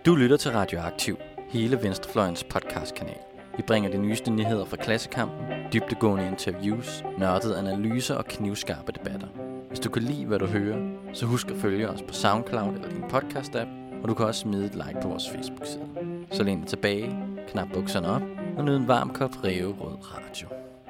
Du lytter til Radioaktiv, hele Venstrefløjens podcastkanal. Vi bringer de nyeste nyheder fra klassekampen, dybdegående interviews, nørdede analyser og knivskarpe debatter. Hvis du kan lide, hvad du hører, så husk at følge os på SoundCloud eller din podcast-app, og du kan også smide et like på vores Facebook-side. Så læn dig tilbage, knap bukserne op og nyd en varm kop ræverød radio.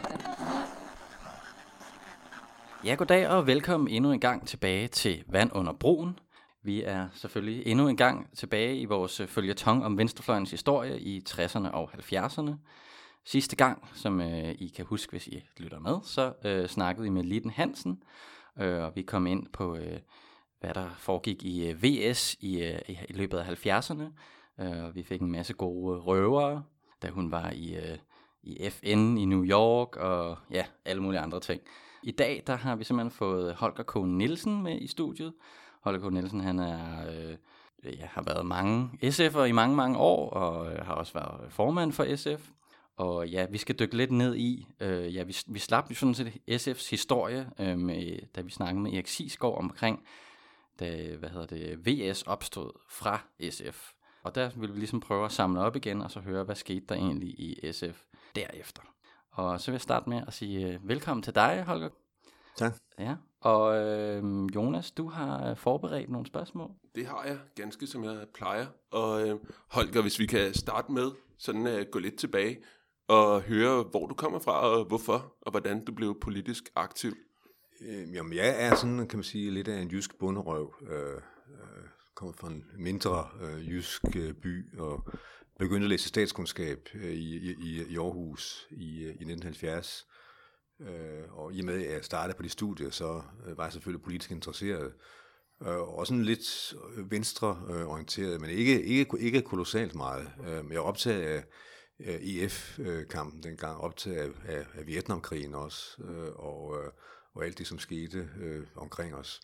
Ja, goddag og velkommen endnu en gang tilbage til Vand under broen. Vi er selvfølgelig endnu en gang tilbage i vores føljeton om venstrefløjens historie i 60'erne og 70'erne. Sidste gang, som I kan huske, hvis I lytter med, så snakkede vi med Litten Hansen, og vi kom ind på, hvad der foregik i VS i løbet af 70'erne. Vi fik en masse gode røvere, da hun var i FN i New York og ja, alle mulige andre ting. I dag der har vi simpelthen fået Holger K. Nielsen med i studiet. Holger K. Nielsen, han har været mange SF'er i mange, mange år, og har også været formand for SF. Og ja, vi skal dykke lidt ned i, vi slap jo sådan set SF's historie, da vi snakkede med Erik Sigsgaard omkring, da VS opstod fra SF. Og der vil vi ligesom prøve at samle op igen, og så høre, hvad skete der egentlig i SF derefter. Og så vil jeg starte med at sige velkommen til dig, Holger. Tak. Ja, og Jonas, du har forberedt nogle spørgsmål. Det har jeg, ganske som jeg plejer. Og Holger, hvis vi kan starte med sådan at gå lidt tilbage og høre, hvor du kommer fra, og hvorfor, og hvordan du blev politisk aktiv. Jamen, jeg er sådan, kan man sige, lidt af en jysk bunderøv. Kommer fra en mindre jysk by, og begyndte at læse statskundskab i Aarhus i 1970. Og i og med, at jeg startede på de studier, så var jeg selvfølgelig politisk interesseret. Og sådan lidt venstreorienteret, men ikke kolossalt meget. Jeg var optaget af EF-kampen dengang, optaget af Vietnamkrigen også, og alt det, som skete omkring os.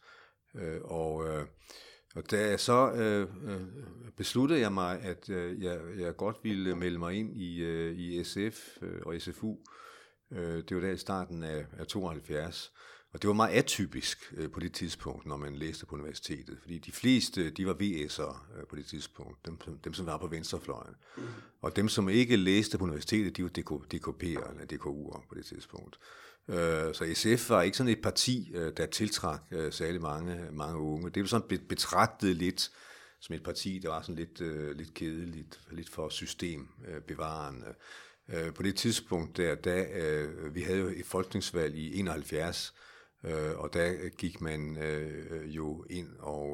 Og da jeg så besluttede jeg mig, at jeg godt ville melde mig ind i SF og SFU. Det var der i starten af 72, og det var meget atypisk på det tidspunkt, når man læste på universitetet, fordi de fleste, de var VS'ere på det tidspunkt, dem som var på venstrefløjen. Og dem, som ikke læste på universitetet, de var DKP'ere eller DKU'ere på det tidspunkt. Så SF var ikke sådan et parti, der tiltrak særlig mange unge. Det var sådan betragtet lidt som et parti, der var sådan lidt kedeligt, lidt for systembevarende. På det tidspunkt, vi havde jo et folketingsvalg i 71, og der gik man jo ind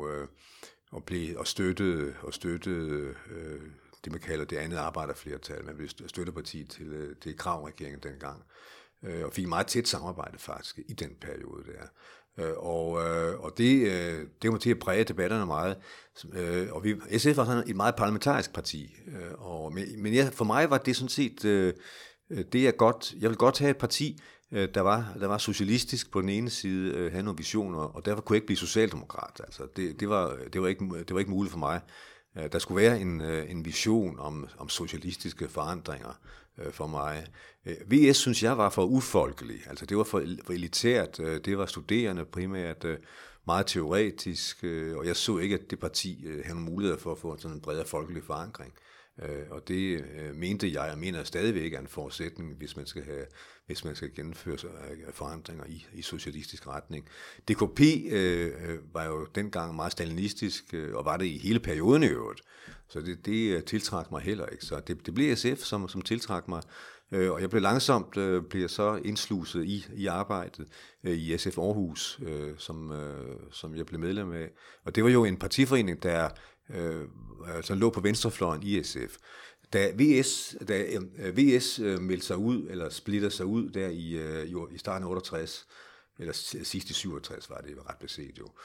og støttede det, man kalder det andet arbejderflertal. Man blev støtteparti til Krag-regeringen dengang, og fik meget tæt samarbejde faktisk i den periode der. Og det var til at præge debatterne meget. Og SF var sådan et meget parlamentarisk parti. Men for mig var det sådan set det er godt. Jeg vil godt have et parti, der var socialistisk på den ene side, havde nogle visioner, og derfor kunne jeg ikke blive socialdemokrat. Altså det var ikke muligt for mig. Der skulle være en vision om socialistiske forandringer for mig. VS synes jeg var for ufolkelig, altså det var for elitært, det var studerende primært, meget teoretisk, og jeg så ikke, at det parti havde nogle muligheder for at få sådan en bredere folkelig forankring. Og det mente jeg mener stadigvæk er en forudsætning, hvis man skal gennemføre forandringer i socialistisk retning. DKP var jo dengang meget stalinistisk, og var det i hele perioden i øvrigt. Så det tiltrak mig heller ikke. Så det blev SF, som tiltrak mig. Og jeg blev langsomt så indsluset i arbejdet i SF Aarhus, som jeg blev medlem af. Og det var jo en partiforening, der lå på venstrefløjen i SF. Da VS meldte sig ud, eller splitter sig ud der i starten af 68, eller sidst i 67 var det ret beset jo,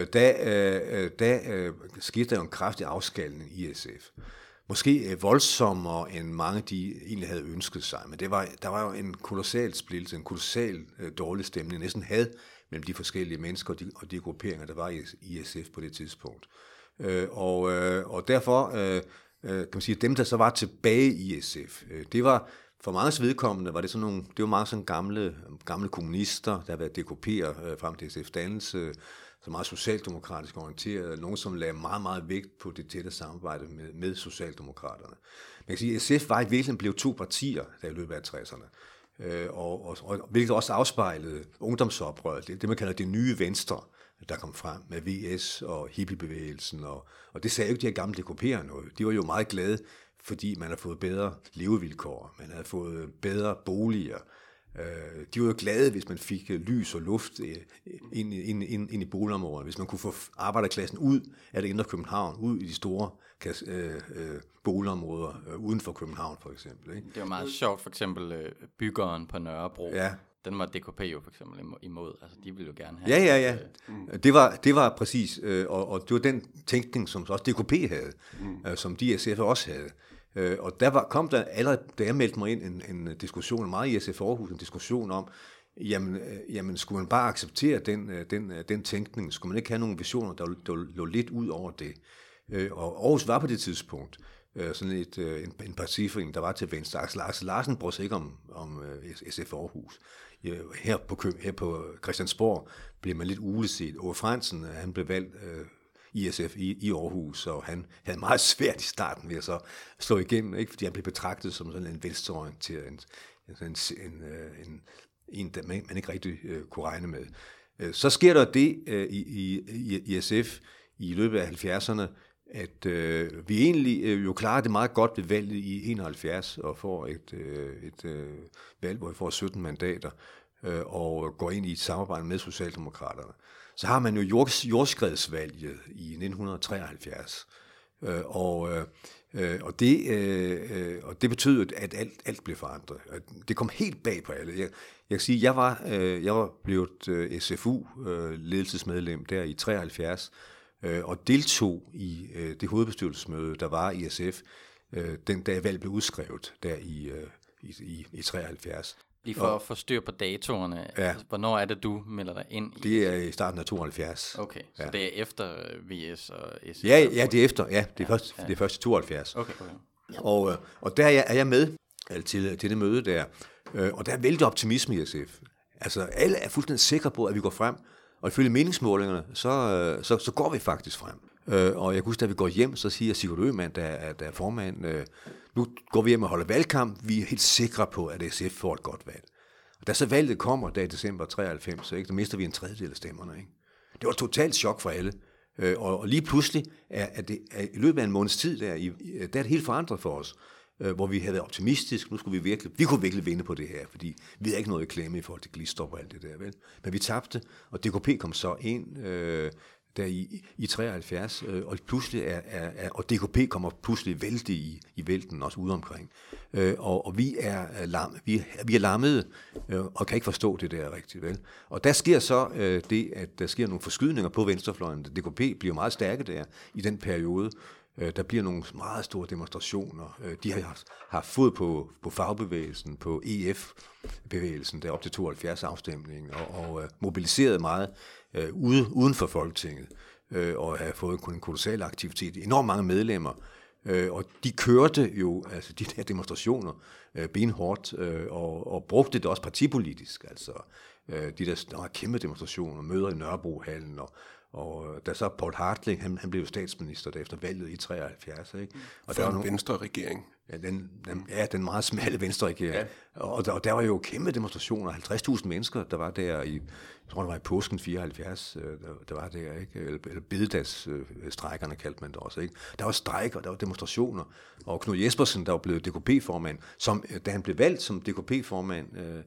der skete der jo en kraftig afskalning i SF. Måske voldsommere, end mange de egentlig havde ønsket sig, men der var jo en kolossal splittelse, en kolossal dårlig stemning, næsten had mellem de forskellige mennesker og de grupperinger, der var i SF på det tidspunkt. Og derfor kan man sige, at dem, der så var tilbage i SF, det var For mange vedkommende var det sådan nogle, det var mange sådan gamle kommunister, der havde været DKP'er frem til SF-dannelse, så meget socialdemokratisk orienteret, nogen som lagde meget, meget vægt på det tætte samarbejde med Socialdemokraterne. Man kan sige, at SF var i virkeligheden blevet 2 partier der i løbet af 60'erne, og hvilket også afspejlede ungdomsoprøret, det man kalder det nye venstre, der kom frem med VS og hippiebevægelsen, og det sagde jo ikke de her gamle DKP'er noget. De var jo meget glade, fordi man havde fået bedre levevilkår, man havde fået bedre boliger. De var jo glade, hvis man fik lys og luft ind i boligområderne, hvis man kunne få arbejderklassen ud af det indre København, ud i de store boligområder uden for København for eksempel. Ikke? Det var meget sjovt, for eksempel byggeren på Nørrebro. Ja. Den var DKP jo for eksempel imod. Altså, de ville jo gerne have. Ja. Det var præcis, og det var den tænkning, som også DKP havde, som de SF også havde. Og kom der allerede, da jeg meldte mig ind, en diskussion, meget i SF Aarhus, en diskussion om, jamen skulle man bare acceptere den tænkning? Skulle man ikke have nogle visioner, der lå lidt ud over det? Og Aarhus var på det tidspunkt sådan en partiforening, der var til venstre. Axel Larsen brød sig ikke om SF Aarhus. Her på Christiansborg blev man lidt uleset. Åge Frandsen, han blev valgt i SF i Aarhus, og han havde meget svært i starten ved at så slå igennem, ikke? Fordi han blev betragtet som sådan en venstreorienteret, en der man ikke rigtig kunne regne med. Så sker der det i SF i løbet af 70'erne, at vi egentlig jo klarer det meget godt ved valget i 71 og får et valg, hvor vi får 17 mandater og går ind i et samarbejde med Socialdemokraterne. Så har man jo jordskredsvalget i 1973, og det betød, at alt blev forandret. Det kom helt bag på alle. Jeg kan sige, jeg var blevet SFU-ledelsesmedlem der i 73, og deltog i det hovedbestyrelsesmøde, der var i SF, den dag valget blev udskrevet der i 73. Lige for at få styr på datorerne, altså, hvornår er det, du melder dig ind i? Det er i starten af 72. Okay, så det er efter VS og SF? Ja, det er efter. Ja, det er først i 72. Okay. Og der er jeg med til det møde der, og der er vældig optimisme i SF. Altså, alle er fuldstændig sikre på, at vi går frem, og ifølge meningsmålingerne, så går vi faktisk frem. Og jeg kan huske, da vi går hjem, så siger Sigurd Ømann, der er formand, nu går vi hjem og holder valgkamp, vi er helt sikre på, at SF får et godt valg. Og da så valget kommer, der i december 93, ikke, der mister vi en tredjedel af stemmerne. Ikke? Det var et totalt chok for alle. Og lige pludselig er i løbet af en måneds tid, der er det helt forandret for os, hvor vi havde været optimistisk. Nu skulle vi kunne virkelig vinde på det her, fordi vi havde ikke noget i klemme i forhold til Glistrup og alt det der. Vel? Men vi tabte, og DKP kom så ind der i 73, og pludselig og DKP kommer pludselig vældig i vælten, også ude omkring. Og vi er lammede, og kan ikke forstå det der rigtigt, vel? Og der sker så det, at der sker nogle forskydninger på venstrefløjen. DKP bliver meget stærke der i den periode. Der bliver nogle meget store demonstrationer. De har haft fod på fagbevægelsen, på EF-bevægelsen, der op til 72 afstemning, og mobiliseret meget uden for Folketinget, og har fået en kolossal aktivitet. Enormt mange medlemmer. Og de kørte jo altså de der demonstrationer benhårdt, og brugte det også partipolitisk. Altså der var kæmpe demonstrationer, møder i Nørrebrohallen, og da så Poul Hartling, han blev statsminister der efter valget i 73, ikke? Og der var en venstre-regering. Ja, den meget smalle venstre-regering. Ja. Og der var jo kæmpe demonstrationer, 50.000 mennesker, der var der jeg tror, det var i påsken 74, der var der, ikke? Eller bededagsstrejkerne kaldte man det også, ikke? Der var strejker, der var demonstrationer, og Knud Jespersen, der var blevet DKP-formand, da han blev valgt som DKP-formand,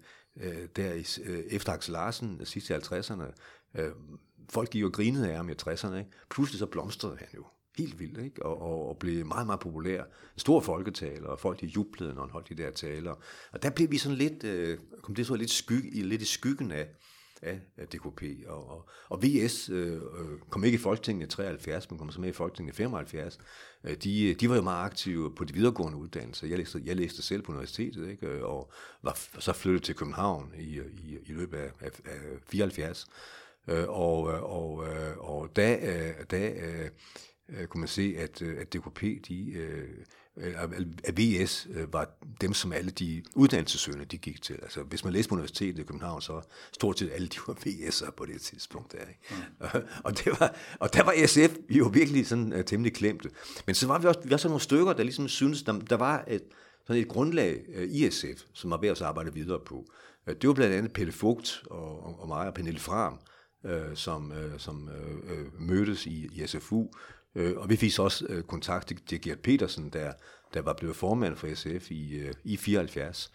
efter Axel Larsen, sidst i 50'erne, folk gik jo og grinede af ham i 60'erne, ikke? Pludselig så blomstrede han jo helt vildt, ikke? Og blev meget, meget populær. En stor folketaler, og folk de jublede, når han holdt de der taler. Og der blev vi sådan lidt, kom det så lidt i skyggen af DKP. Og VS kom ikke i Folketinget i 73, men kom så med i Folketinget i 75. De var jo meget aktive på de videregående uddannelser. Jeg læste selv på universitetet, ikke? Og var så flyttet til København i løbet af 74. Og da kunne man se, at DKP, at VS var dem, som alle de uddannelsessøgende, de gik til. Altså, hvis man læste på universitetet i København, så stort set alle de var VS'ere på det tidspunkt. Der, ikke? Og der var SF jo virkelig sådan temmelig klemte. Men så var vi også nogle stykker, der ligesom syntes, der var sådan et grundlag i SF, som var ved at arbejde videre på. Det var blandt andet Pelle Vogt og mig og Pernille Frahm, som mødtes i SFU. Og vi fik så også kontakt til Gert Petersen, der var blevet formand for SF i 74.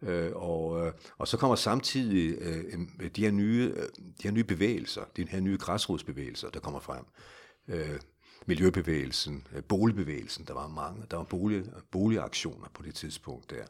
Og så kommer samtidig de her nye bevægelser, de her nye græsrodsbevægelser, der kommer frem. Miljøbevægelsen, boligbevægelsen, der var mange, der var boligaktioner på det tidspunkt der.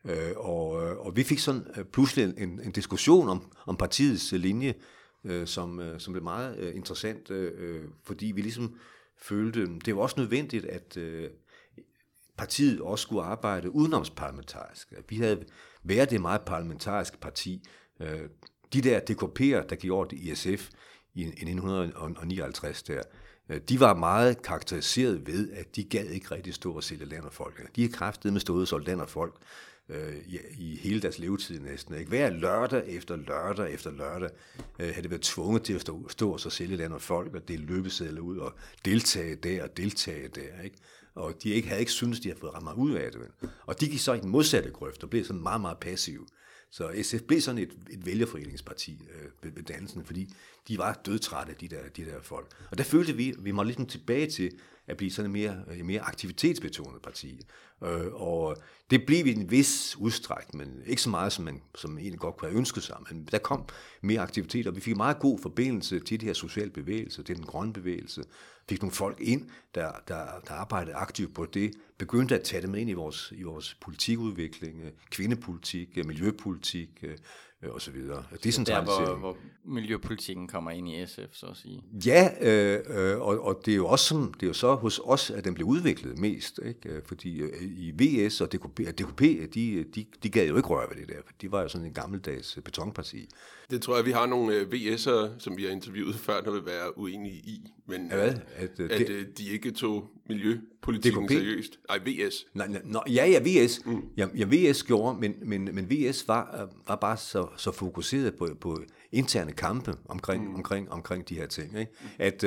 Og vi fik sådan pludselig en diskussion om partiets linje, som blev meget interessant, fordi vi ligesom følte, det var også nødvendigt, at partiet også skulle arbejde udenomsparlamentarisk. Vi havde været et meget parlamentarisk parti. De der DKP'er, der gjorde det i SF i 1959 der, de var meget karakteriseret ved, at de gad ikke rigtig stå og sælge land og folk. De er kraftedeme stået og solgt land og folk i hele deres levetid næsten. Ikke? Hver lørdag efter lørdag efter lørdag havde det været tvunget til at stå og så sælge land og folk, og dele løbesedler ud og deltage der og deltage der. Ikke? Og de havde ikke syntes, de havde fået ret meget ud af det. Og de gik så i den modsatte grøft og blev sådan meget, meget passive. Så SF blev sådan et vælgerforeningsparti ved dannelsen, fordi de var dødtrætte, de der folk. Og der følte vi måtte ligesom tilbage til at blive sådan et mere aktivitetsbetonet parti. Og det blev i en vis udstrækning, men ikke så meget, som man egentlig godt kunne have ønsket sig. Men der kom mere aktivitet, og vi fik meget god forbindelse til de her sociale bevægelser, til den grønne bevægelse. Fik nogle folk ind, der arbejdede aktivt på det, begyndte at tage dem ind i vores politikudvikling, kvindepolitik, miljøpolitik og så videre. Der, hvor miljøpolitikken kommer ind i SF, så at sige. Ja, og det er jo også det er jo så hos os, at den blev udviklet mest, ikke? Fordi i VS og DKP, de gad jo ikke røre ved det der, for de var jo sådan en gammeldags betonparti. Det tror jeg, vi har nogle VS'ere, som vi har interviewet før, der vil være uenige i, men at de ikke tog miljøpolitikken DKP? Seriøst. Nej, VS. Ja, VS. Mm. Ja, VS gjorde, men VS var bare så fokuseret på interne kampe omkring de her ting, ikke?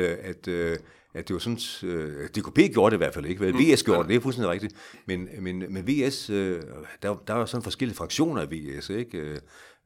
At det var sådan, DKP gjorde det i hvert fald ikke, VS gjorde det er fuldstændig rigtigt, men VS, der var sådan forskellige fraktioner af VS, ikke?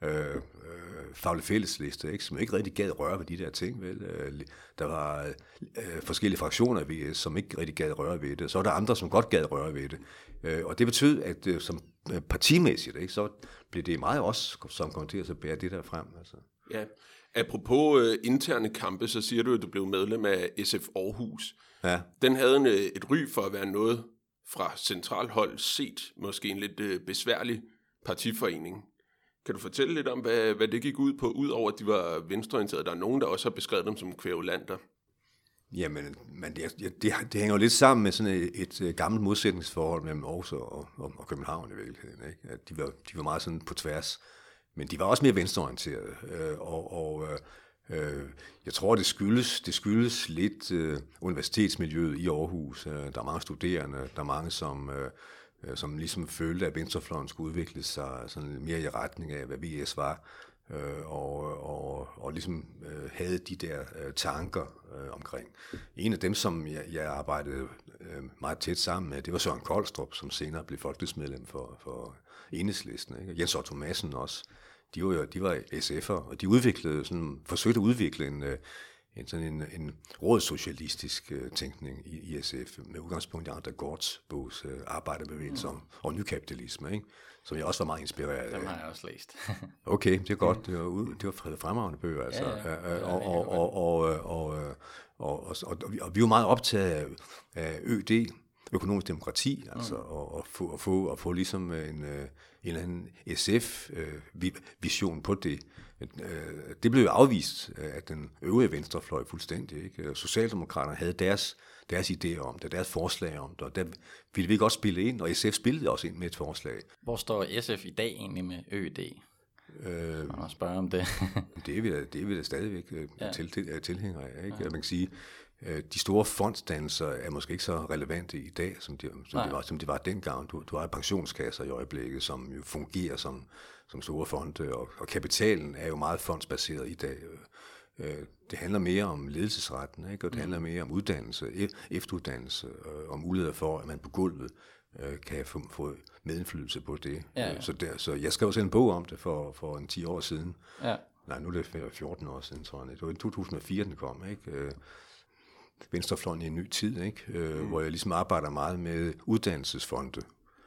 Faglig fællesliste, ikke? Som ikke rigtig gad røre ved de der ting, vel? Der var forskellige fraktioner af VS, som ikke rigtig gad røre ved det, så var der andre, som godt gad røre ved det, og det betød, at som partimæssigt, ikke? Så blev det meget os, som kom til at bære det der frem, altså. Ja. Apropos interne kampe, så siger du, at du blev medlem af SF Aarhus. Ja. Den havde et ry for at være noget fra centralhold set, måske en lidt besværlig partiforening. Kan du fortælle lidt om, hvad det gik ud på, udover at de var venstreorienterede? Der er nogen, der også har beskrevet dem som kværulanter. Jamen, det hænger jo lidt sammen med sådan et gammelt modsætningsforhold mellem Aarhus og København i virkeligheden, ikke? At de var meget sådan på tværs. Men de var også mere venstreorienterede, jeg tror, det skyldes lidt universitetsmiljøet i Aarhus. Der er mange studerende, der er mange, som ligesom følte, at venstrefløjen skulle udvikle sig sådan mere i retning af, hvad VS var, og ligesom havde de der tanker omkring. En af dem, som jeg arbejdede meget tæt sammen med, det var Søren Koldstrup, som senere blev folketingsmedlem for Enhedslisten, ikke? Jens Otto Madsen også. De var SF'er, og de forsøgte at udvikle en rådssocialistisk tænkning i SF, med udgangspunkt i Andre Gorts bogs arbejderbevægelse og nykapitalisme, ikke? Som jeg også var meget inspireret af. Dem har jeg også læst. Okay, det er godt. Det var fremragende bøger, altså. Og vi var meget optaget af ØD, økonomisk demokrati, altså, og få ligesom en eller anden SF-vision på det. Det blev afvist af den øvrige venstrefløj fuldstændig, ikke? Socialdemokraterne havde deres idéer om det, deres forslag om det, og der ville vi godt spille ind, og SF spillede også ind med et forslag. Hvor står SF i dag egentlig med ØD? Man må spørge om det. Det er vi da stadigvæk tilhængere af, ikke? Man kan sige, de store fondsdannelser er måske ikke så relevante i dag, som de var dengang. Du har pensionskasser i øjeblikket, som jo fungerer som store fonde, og kapitalen er jo meget fondsbaseret i dag. Det handler mere om ledelsesretten, ikke? Og det handler mere om uddannelse, efteruddannelse, og muligheder for, at man på gulvet kan få medindflydelse på det. Ja. Så jeg skrev selv en bog om det for en 10 år siden. Ja. Nej, nu er det 14 år siden, tror jeg. Det var i 2004, den kom, ikke? Venstrefløjen i en ny tid, ikke? Hvor jeg ligesom arbejder meget med uddannelsesfonde.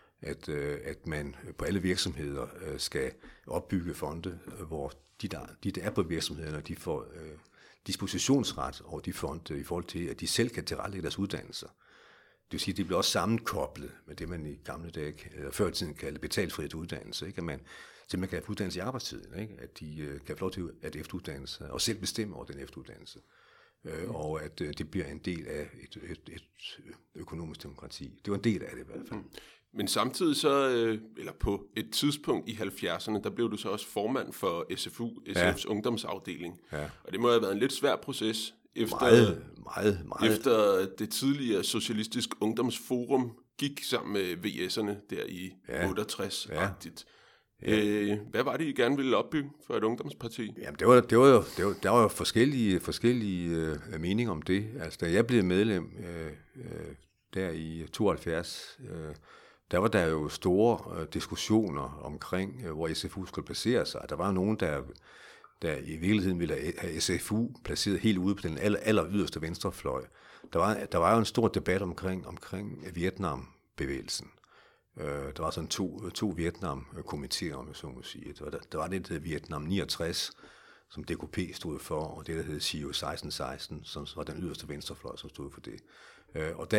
At man på alle virksomheder skal opbygge fonde, hvor de der er på virksomhederne, de får dispositionsret over de fonde i forhold til, at de selv kan tilrettelægge deres uddannelser. Det vil sige, at de bliver også sammenkoblet med det, man i gamle dage, før i tiden kaldte betalfri uddannelse. Ikke? At man simpelthen kan få uddannelse i arbejdstiden. Ikke? At de kan få lov til at efteruddanne sig og selv bestemme over den efteruddannelse. Og at det bliver en del af et økonomisk demokrati. Det var en del af det i hvert fald. Men samtidig så, eller på et tidspunkt i 70'erne, der blev du så også formand for SFU, SF's ungdomsafdeling. Ja. Og det må have været en lidt svær proces, meget. Efter det tidligere Socialistisk Ungdomsforum gik sammen med VS'erne der i 68-agtigt. Ja. Hvad var det, I gerne ville opbygge for et ungdomsparti? Jamen, der var jo forskellige meninger om det. Altså, da jeg blev medlem der i 72, der var der jo store diskussioner omkring, hvor SFU skulle placere sig. Der var nogen, der i virkeligheden ville have SFU placeret helt ude på den aller yderste venstrefløj. Der var jo en stor debat omkring Vietnam-bevægelsen. Der var sådan to Vietnam-komitéer, om jeg så må sige. Der var det, der hed Vietnam 69, som DKP stod for, og det, der hed CIO 1616, som var den yderste venstrefløj, som stod for det. Og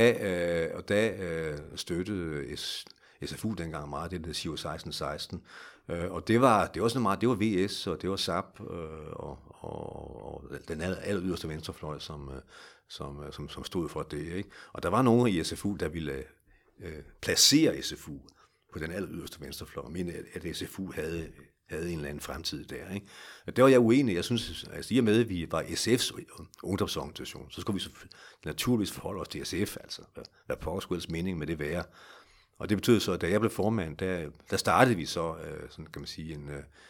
der støttede SFU dengang meget, det der hed CIO 1616. Og det var sådan meget, det var VS, og det var SAP, og den aller yderste venstrefløj, som stod for det. Ikke? Og der var nogen i SFU, der ville placere SFU på den aller yderste venstrefløj, og mente, at SFU havde en eller anden fremtid der. Ikke? Og der var jeg uenig. Jeg synes, altså i og med, at vi var SF's ungdomsorganisation, så skulle vi naturligvis forholde os til SF, altså hvad påskuds mening med det være. Og det betød så, at da jeg blev formand, der startede vi så, sådan kan man sige,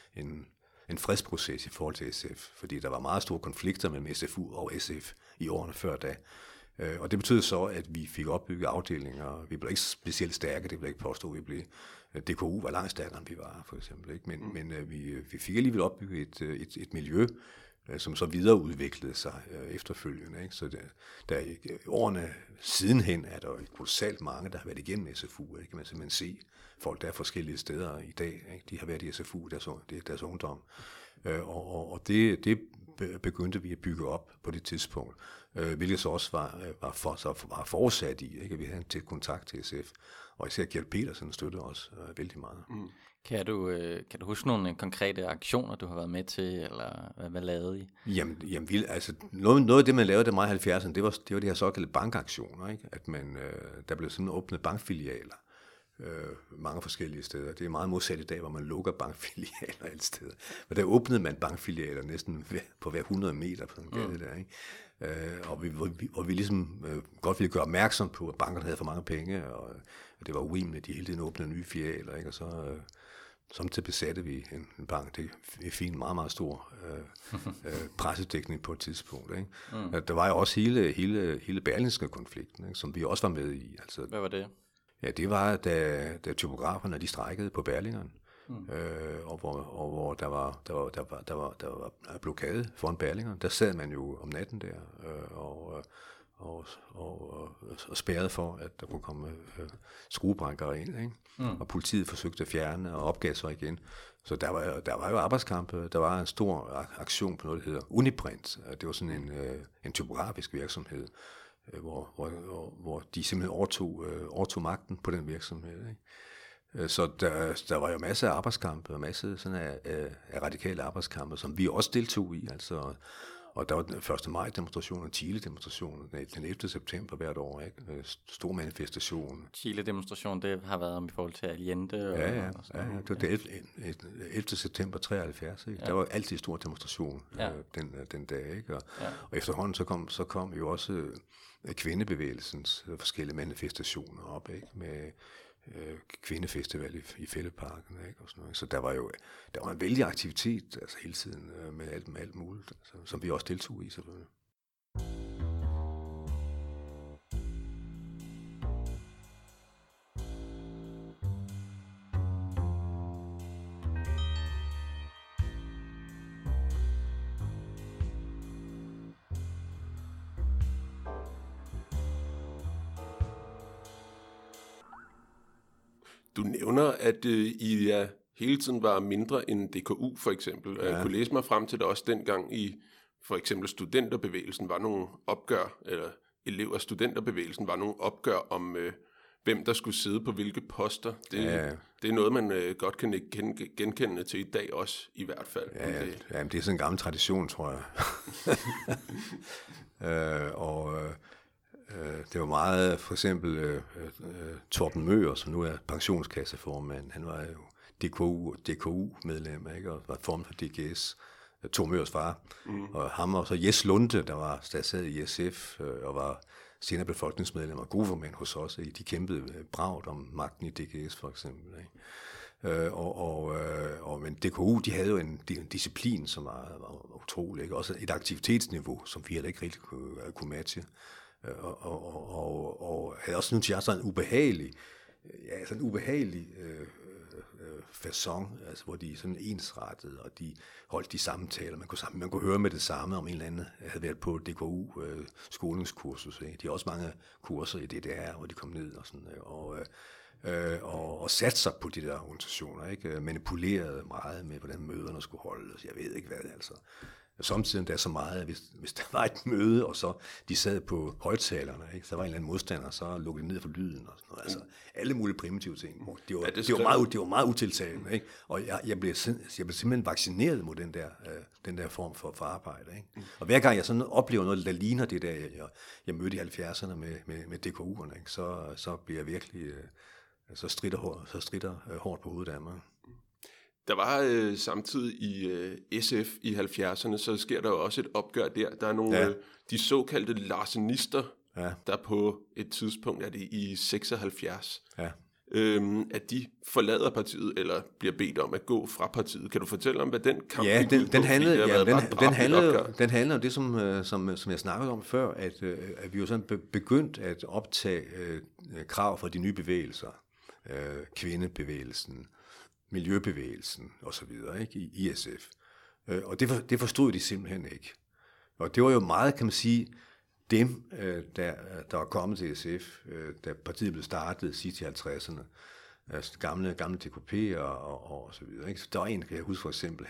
en fredsproces i forhold til SF, fordi der var meget store konflikter mellem SFU og SF i årene før da. Og det betød så, at vi fik opbygget afdelinger. Vi blev ikke specielt stærke, det blev ikke påstået, vi blev. DKU var langt stærkere, end vi var, for eksempel. Ikke? Men vi fik alligevel opbygget et miljø, som så videreudviklede sig efterfølgende. Ikke? Så der i årene sidenhen er der jo kolossalt mange, der har været igennem SFU. Ikke? Man kan simpelthen se folk, der er forskellige steder i dag. Ikke? De har været i SFU, deres ungdom. Og det begyndte vi at bygge op på det tidspunkt, hvilket så også var forudsat i, ikke? At vi havde en tæt kontakt til SF. Og især Gert Petersen støttede os vældig meget. Mm. Kan du huske nogle konkrete aktioner, du har været med til, eller hvad lavede I? Jamen altså, noget af det, man lavede der meget i 70'erne, det var de her såkaldte bankaktioner, ikke? At der blev simpelthen åbnet bankfilialer mange forskellige steder. Det er meget modsat i dag, hvor man lukker bankfilialer alle steder. Men der åbnede man bankfilialer næsten på hver 100 meter på den gade der, ikke? Og vi ligesom godt ville gøre opmærksom på, at bankerne havde for mange penge, og det var urimeligt, at de hele tiden åbnede nye filialer, ikke? Og så samtidig besatte vi en bank. Det fik en meget, meget stor pressedækning på et tidspunkt, ikke? Der var jo også hele Berlingske konflikten, ikke? Som vi også var med i. Altså, hvad var det? Ja, det var, da typograferne, de strejkede på Berlingeren, og hvor der var blokade foran Berlingeren. Der sad man jo om natten der, og spærrede for, at der kunne komme skruebrækkere ind, ikke? Og politiet forsøgte at fjerne og opgav sig igen. Så der var jo arbejdskampe. Der var en stor aktion på noget, der hedder Uniprint. Det var sådan en typografisk virksomhed, hvor de simpelthen overtog magten på den virksomhed, ikke? Så der var jo masser af arbejdskampe, og masser sådan af radikale arbejdskampe, som vi også deltog i, altså. Og der var den 1. maj-demonstrationen, Chile-demonstrationen, den 11. september hvert år, ikke? Stor manifestation. Chile-demonstration, det har været i forhold til Allende. Ja. Det var det 11. september 73, ikke? Der var altid stor demonstration den dag, ikke? Og efterhånden så kom jo også kvindebevægelsens forskellige manifestationer op, ikke? Med kvindefestival i Fælledparken, ikke? Og sådan noget. Så der var en vældig aktivitet altså hele tiden med alt muligt, altså, som vi også deltog i selvfølgelig. Du nævner, at I hele tiden var mindre end DKU, for eksempel. Ja. Jeg kunne læse mig frem til, at også dengang i for eksempel studenterbevægelsen var nogle opgør, eller elever af studenterbevægelsen var nogle opgør om, hvem der skulle sidde på hvilke poster. Det er noget, man godt kan genkende til i dag også, i hvert fald. Ja, det er sådan en gammel tradition, tror jeg. Det var meget, for eksempel Torben Møger, som nu er pensionskasseformand, han var jo DKU-medlem, ikke? Og var formand for DGS, Torben Møgers far, og ham og så Jes Lunde, der sad i SF og var senere befolkningsmedlem og guvernørmand hos os, de kæmpede bragt om magten i DGS for eksempel, ikke? Men DKU, de havde jo en disciplin, som var utrolig, ikke? Også et aktivitetsniveau, som vi heller ikke rigtig kunne matche. Og havde også nu til sådan en ubehagelig facon, altså hvor de sådan ensrettede, og de holdt de samtaler. Man kunne høre med det samme, om en eller anden havde været på DKU skolingskursus. Ikke? De har også mange kurser i DDR, hvor de kom ned og sådan, og satte sig på de der organisationer, ikke? Manipulerede meget med, hvordan møderne skulle holdes. Jeg ved ikke hvad, altså. Samtidig der er så meget, at hvis der var et møde, og så de sad på højttalerne, ikke? Så var en eller anden modstander, så lukkede de ned for lyden og sådan noget. Altså, alle mulige primitive ting. Det var meget utiltalende, ikke? Og jeg blev simpelthen vaccineret mod den der form for arbejde, ikke? Og hver gang jeg sådan oplever noget, der ligner det der, jeg mødte i 70'erne med DKU'erne, ikke? Så bliver jeg virkelig, så stritter hårdt på hovedet af mig. Der var samtidig i SF i 70'erne, så sker der jo også et opgør der. Der er nogle de såkaldte larsenister, der på et tidspunkt er det i 76, at de forlader partiet eller bliver bedt om at gå fra partiet. Kan du fortælle om, hvad den kamp den handler om det, som jeg snakkede om før, at vi jo sådan begyndt at optage krav fra de nye bevægelser, kvindebevægelsen, miljøbevægelsen og så videre, ikke, i SF. Og det forstod de simpelthen ikke. Og det var jo meget, kan man sige, dem, der var kommet til SF, da partiet blev startet sidst i 50'erne, altså gamle DKP og så videre, ikke? Så der var en, kan jeg huske for eksempel,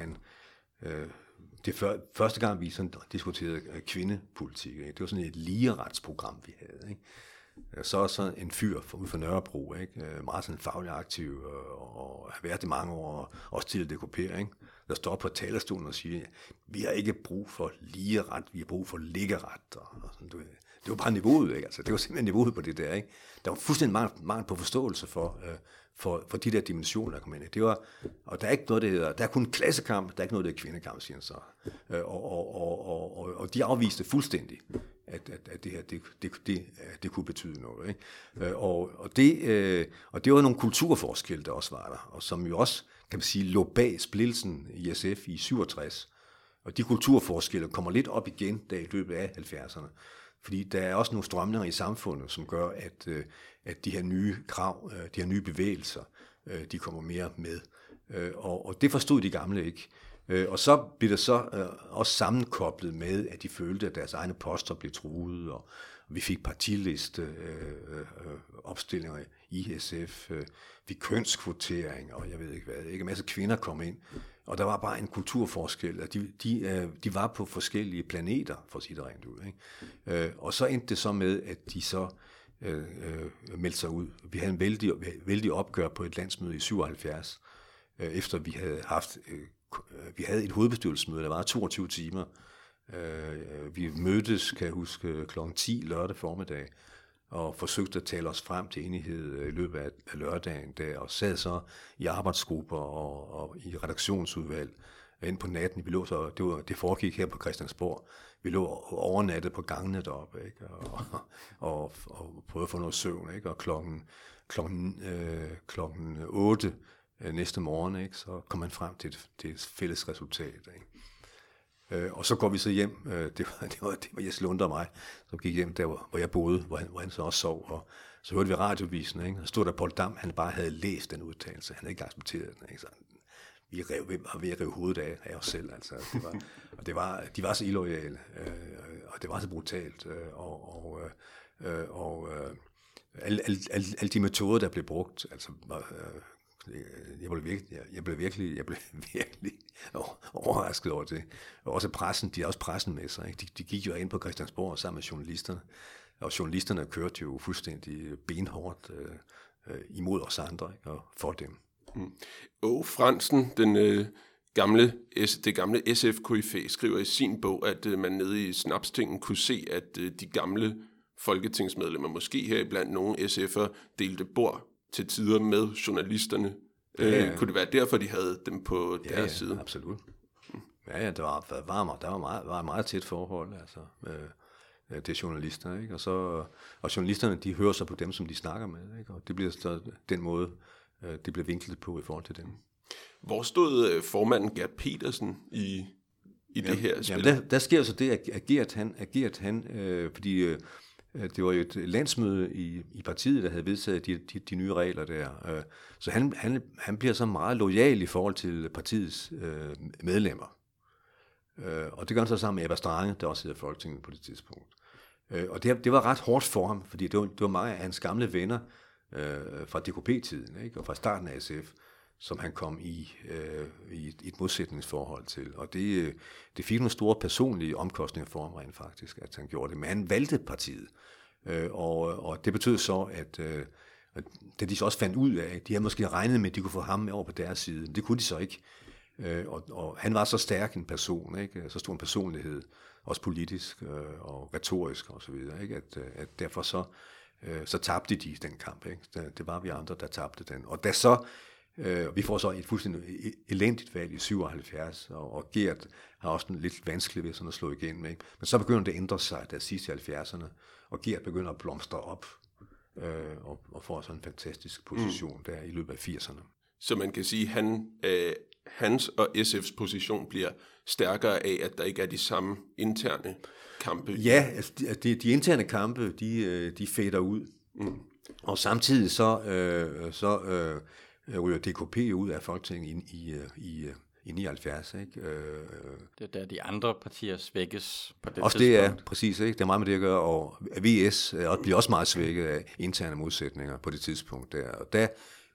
første gang vi sådan diskuterede kvindepolitik, ikke? Det var sådan et ligeretsprogram, vi havde, ikke? Så en fyr ude fra Nørrebro, ikke? Meget sådan faglig aktiv, og har været i mange år, også til DKP, ikke? Der står på talerstolen og siger, vi har ikke brug for ligeret, vi har brug for liggeret. Og sådan, det var bare niveauet, ikke? Altså, det var simpelthen niveauet på det der, ikke? Der var fuldstændig mangel på forståelse for de der dimensioner, der kom ind. Det var, og der er ikke noget, der er kun klassekamp, der er ikke noget, der er kvindekamp, siger han så. Og de afviste fuldstændig, at det her, det kunne betyde noget, ikke? Og det var nogle kulturforskelle, der også var der, og som jo også, kan man sige, lå bag splittelsen i SF i 67. Og de kulturforskelle kommer lidt op igen der i løbet af 70'erne. Fordi der er også nogle strømninger i samfundet, som gør, at de her nye krav, de her nye bevægelser, de kommer mere med. Og det forstod de gamle ikke. Og så blev det så også sammenkoblet med, at de følte, at deres egne poster blev truet, og vi fik partiliste opstillinger i SF, vi kønskvotering, og jeg ved ikke hvad, ikke? En masse kvinder kom ind, og der var bare en kulturforskel, at de var på forskellige planeter, for at sige det rent ud, ikke? Og så endte det så med, at de så meldte sig ud. Vi havde en vældig opgør på et landsmøde i 77, efter vi havde haft... Vi havde et hovedbestyrelsesmøde, der var 22 timer, Vi mødtes, kan jeg huske, kl. 10 lørdag formiddag, og forsøgte at tale os frem til enighed i løbet af lørdagen der, og sad så i arbejdsgrupper og i redaktionsudvalg ind på natten. Vi lå så, det foregik her på Christiansborg. Vi lå overnattet på gangene deroppe, ikke? Og prøvede at få noget søvn, ikke? Og klokken 8 næste morgen, ikke? Så kom man frem til et fælles resultat, ikke? Og så går vi så hjem, det var Jes Lunde og mig, som gik hjem der, hvor jeg boede, hvor han så også sov, og så hørte vi radiovisen, ikke? Og stod der Poul Dam, han bare havde læst den udtalelse, han havde ikke accepteret den, ikke? Så vi var ved at rive hovedet af os selv, altså. De var så illoyale, og det var så brutalt, alle de metoder, der blev brugt, altså, jeg blev virkelig overrasket over det. Og også pressen, de har også pressen med sig, ikke? De gik jo ind på Christiansborg sammen med journalisterne, og journalisterne kørte jo fuldstændig benhårdt imod os andre, ikke? Og for dem. Åge Frandsen, det gamle SF-koryfæ, skriver i sin bog, at man nede i Snapstingen kunne se, at de gamle folketingsmedlemmer, måske her blandt nogle SF'er, delte bord til tider med journalisterne. Ja. Kunne det være derfor, de havde dem på deres side? Ja, absolut. Ja, der var meget tæt forhold, altså, til journalister, ikke? Og journalisterne, de hører så på dem, som de snakker med, ikke? Og det bliver så den måde, det bliver vinklet på i forhold til dem. Hvor stod formanden Gert Petersen i det her spil? Jamen, der sker så det, at Gert han fordi det var jo et landsmøde i partiet, der havde vedtaget de nye regler der. Så han bliver så meget loyal i forhold til partiets medlemmer. Og det gør han så sammen med Ebba Strange, der også sidder i Folketinget på det tidspunkt. Og det var ret hårdt for ham, fordi det var mange af hans gamle venner fra DKP-tiden, ikke? Og fra starten af SF, som han kom i et modsætningsforhold til. Og det fik nogle store personlige omkostninger for ham rent faktisk, at han gjorde det. Men han valgte partiet. Og det betød så, at da de så også fandt ud af, de havde måske regnet med, at de kunne få ham med over på deres side. Det kunne de så ikke. Og han var så stærk en person, ikke? Så stor en personlighed, også politisk og retorisk og så videre, ikke? At derfor så tabte de den kamp, ikke? Det var vi andre, der tabte den. Og da så vi får så et fuldstændig elendigt valg i 77, og Gert har også lidt vanskeligt ved sådan at slå igennem, ikke? Men så begynder det at ændre sig, der sidst i 70'erne, og Gert begynder at blomstre op, og får sådan en fantastisk position der i løbet af 80'erne. Så man kan sige, at hans og SF's position bliver stærkere af, at der ikke er de samme interne kampe? Ja, altså de interne kampe, de fader ud. Og samtidig så ryger DKP ud af Folketinget i 79, ikke? Det er der de andre partier svækkes på det også tidspunkt. Det er præcis, ikke? Det er meget med det at gøre, og VS bliver også meget svækket af interne modsætninger på det tidspunkt der. Og der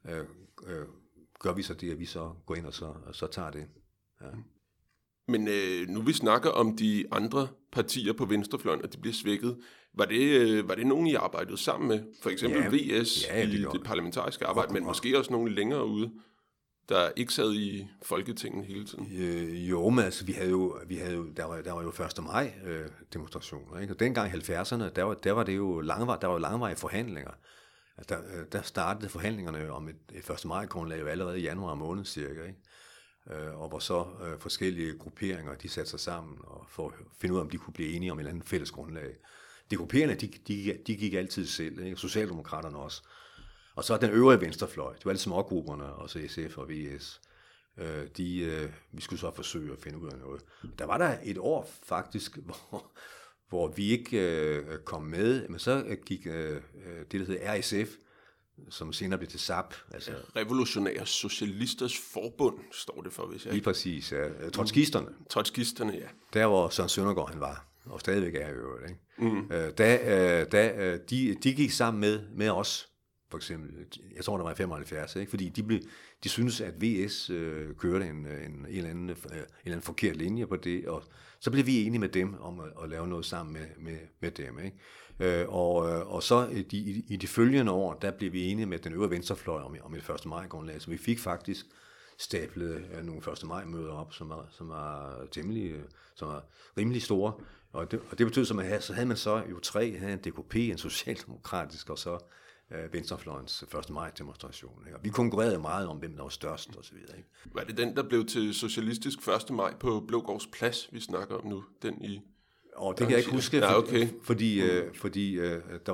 gør vi så det, at vi så går ind og så tager det. Ja. Men nu vi snakker om de andre partier på venstrefløjen, og de bliver svækket. Var det nogen, I arbejdede sammen med? For eksempel VS i det parlamentariske arbejde, men måske også nogen længere ude, der ikke sad i Folketinget hele tiden? Jo, men altså, der var jo 1. maj demonstrationer, ikke? Og dengang i 70'erne, der var det jo langvarige forhandlinger. Altså, der startede forhandlingerne om et 1. maj-grundlag jo allerede i januar måned cirka, ikke? Og hvor så forskellige grupperinger, de satte sig sammen og for at finde ud af, om de kunne blive enige om et eller andet fælles grundlag. De grupperende, de gik altid selv, ikke? Socialdemokraterne også. Og så den øvrige venstrefløj, det var alle smågrupperne, også SF og VS. Vi skulle så forsøge at finde ud af noget. Der var der et år faktisk, hvor vi ikke kom med, men så gik det, der hedder RSF, som senere blev til SAP. Altså, Revolutionære Socialisters Forbund, står det for, hvis jeg lige præcis, ja. Trotskisterne. Trotskisterne, ja. Der, hvor Søren Søndergaard han var, og stadigvæk er i øvrigt, ikke? De gik sammen med os, for eksempel. Jeg tror, der var i 75, ikke? Fordi de synes at VS kørte en eller anden forkert linje på det, og så blev vi enige med dem om at lave noget sammen med dem, ikke? Og så i de følgende år, der blev vi enige med den øvrige venstrefløj om et 1. maj-grundlag, så vi fik faktisk stablede nogle 1. maj-møder op, som var rimelig store. Og det betød, så havde man så jo 3, havde en DKP, en socialdemokratisk, og så venstrefløjens 1. maj-demonstration. Ikke? Og vi konkurrerede meget om, hvem der var størst og så videre. Ikke? Var det den, der blev til socialistisk 1. maj på Blågårds Plads, vi snakker om nu? Den i... Og det kan jeg ikke huske, fordi der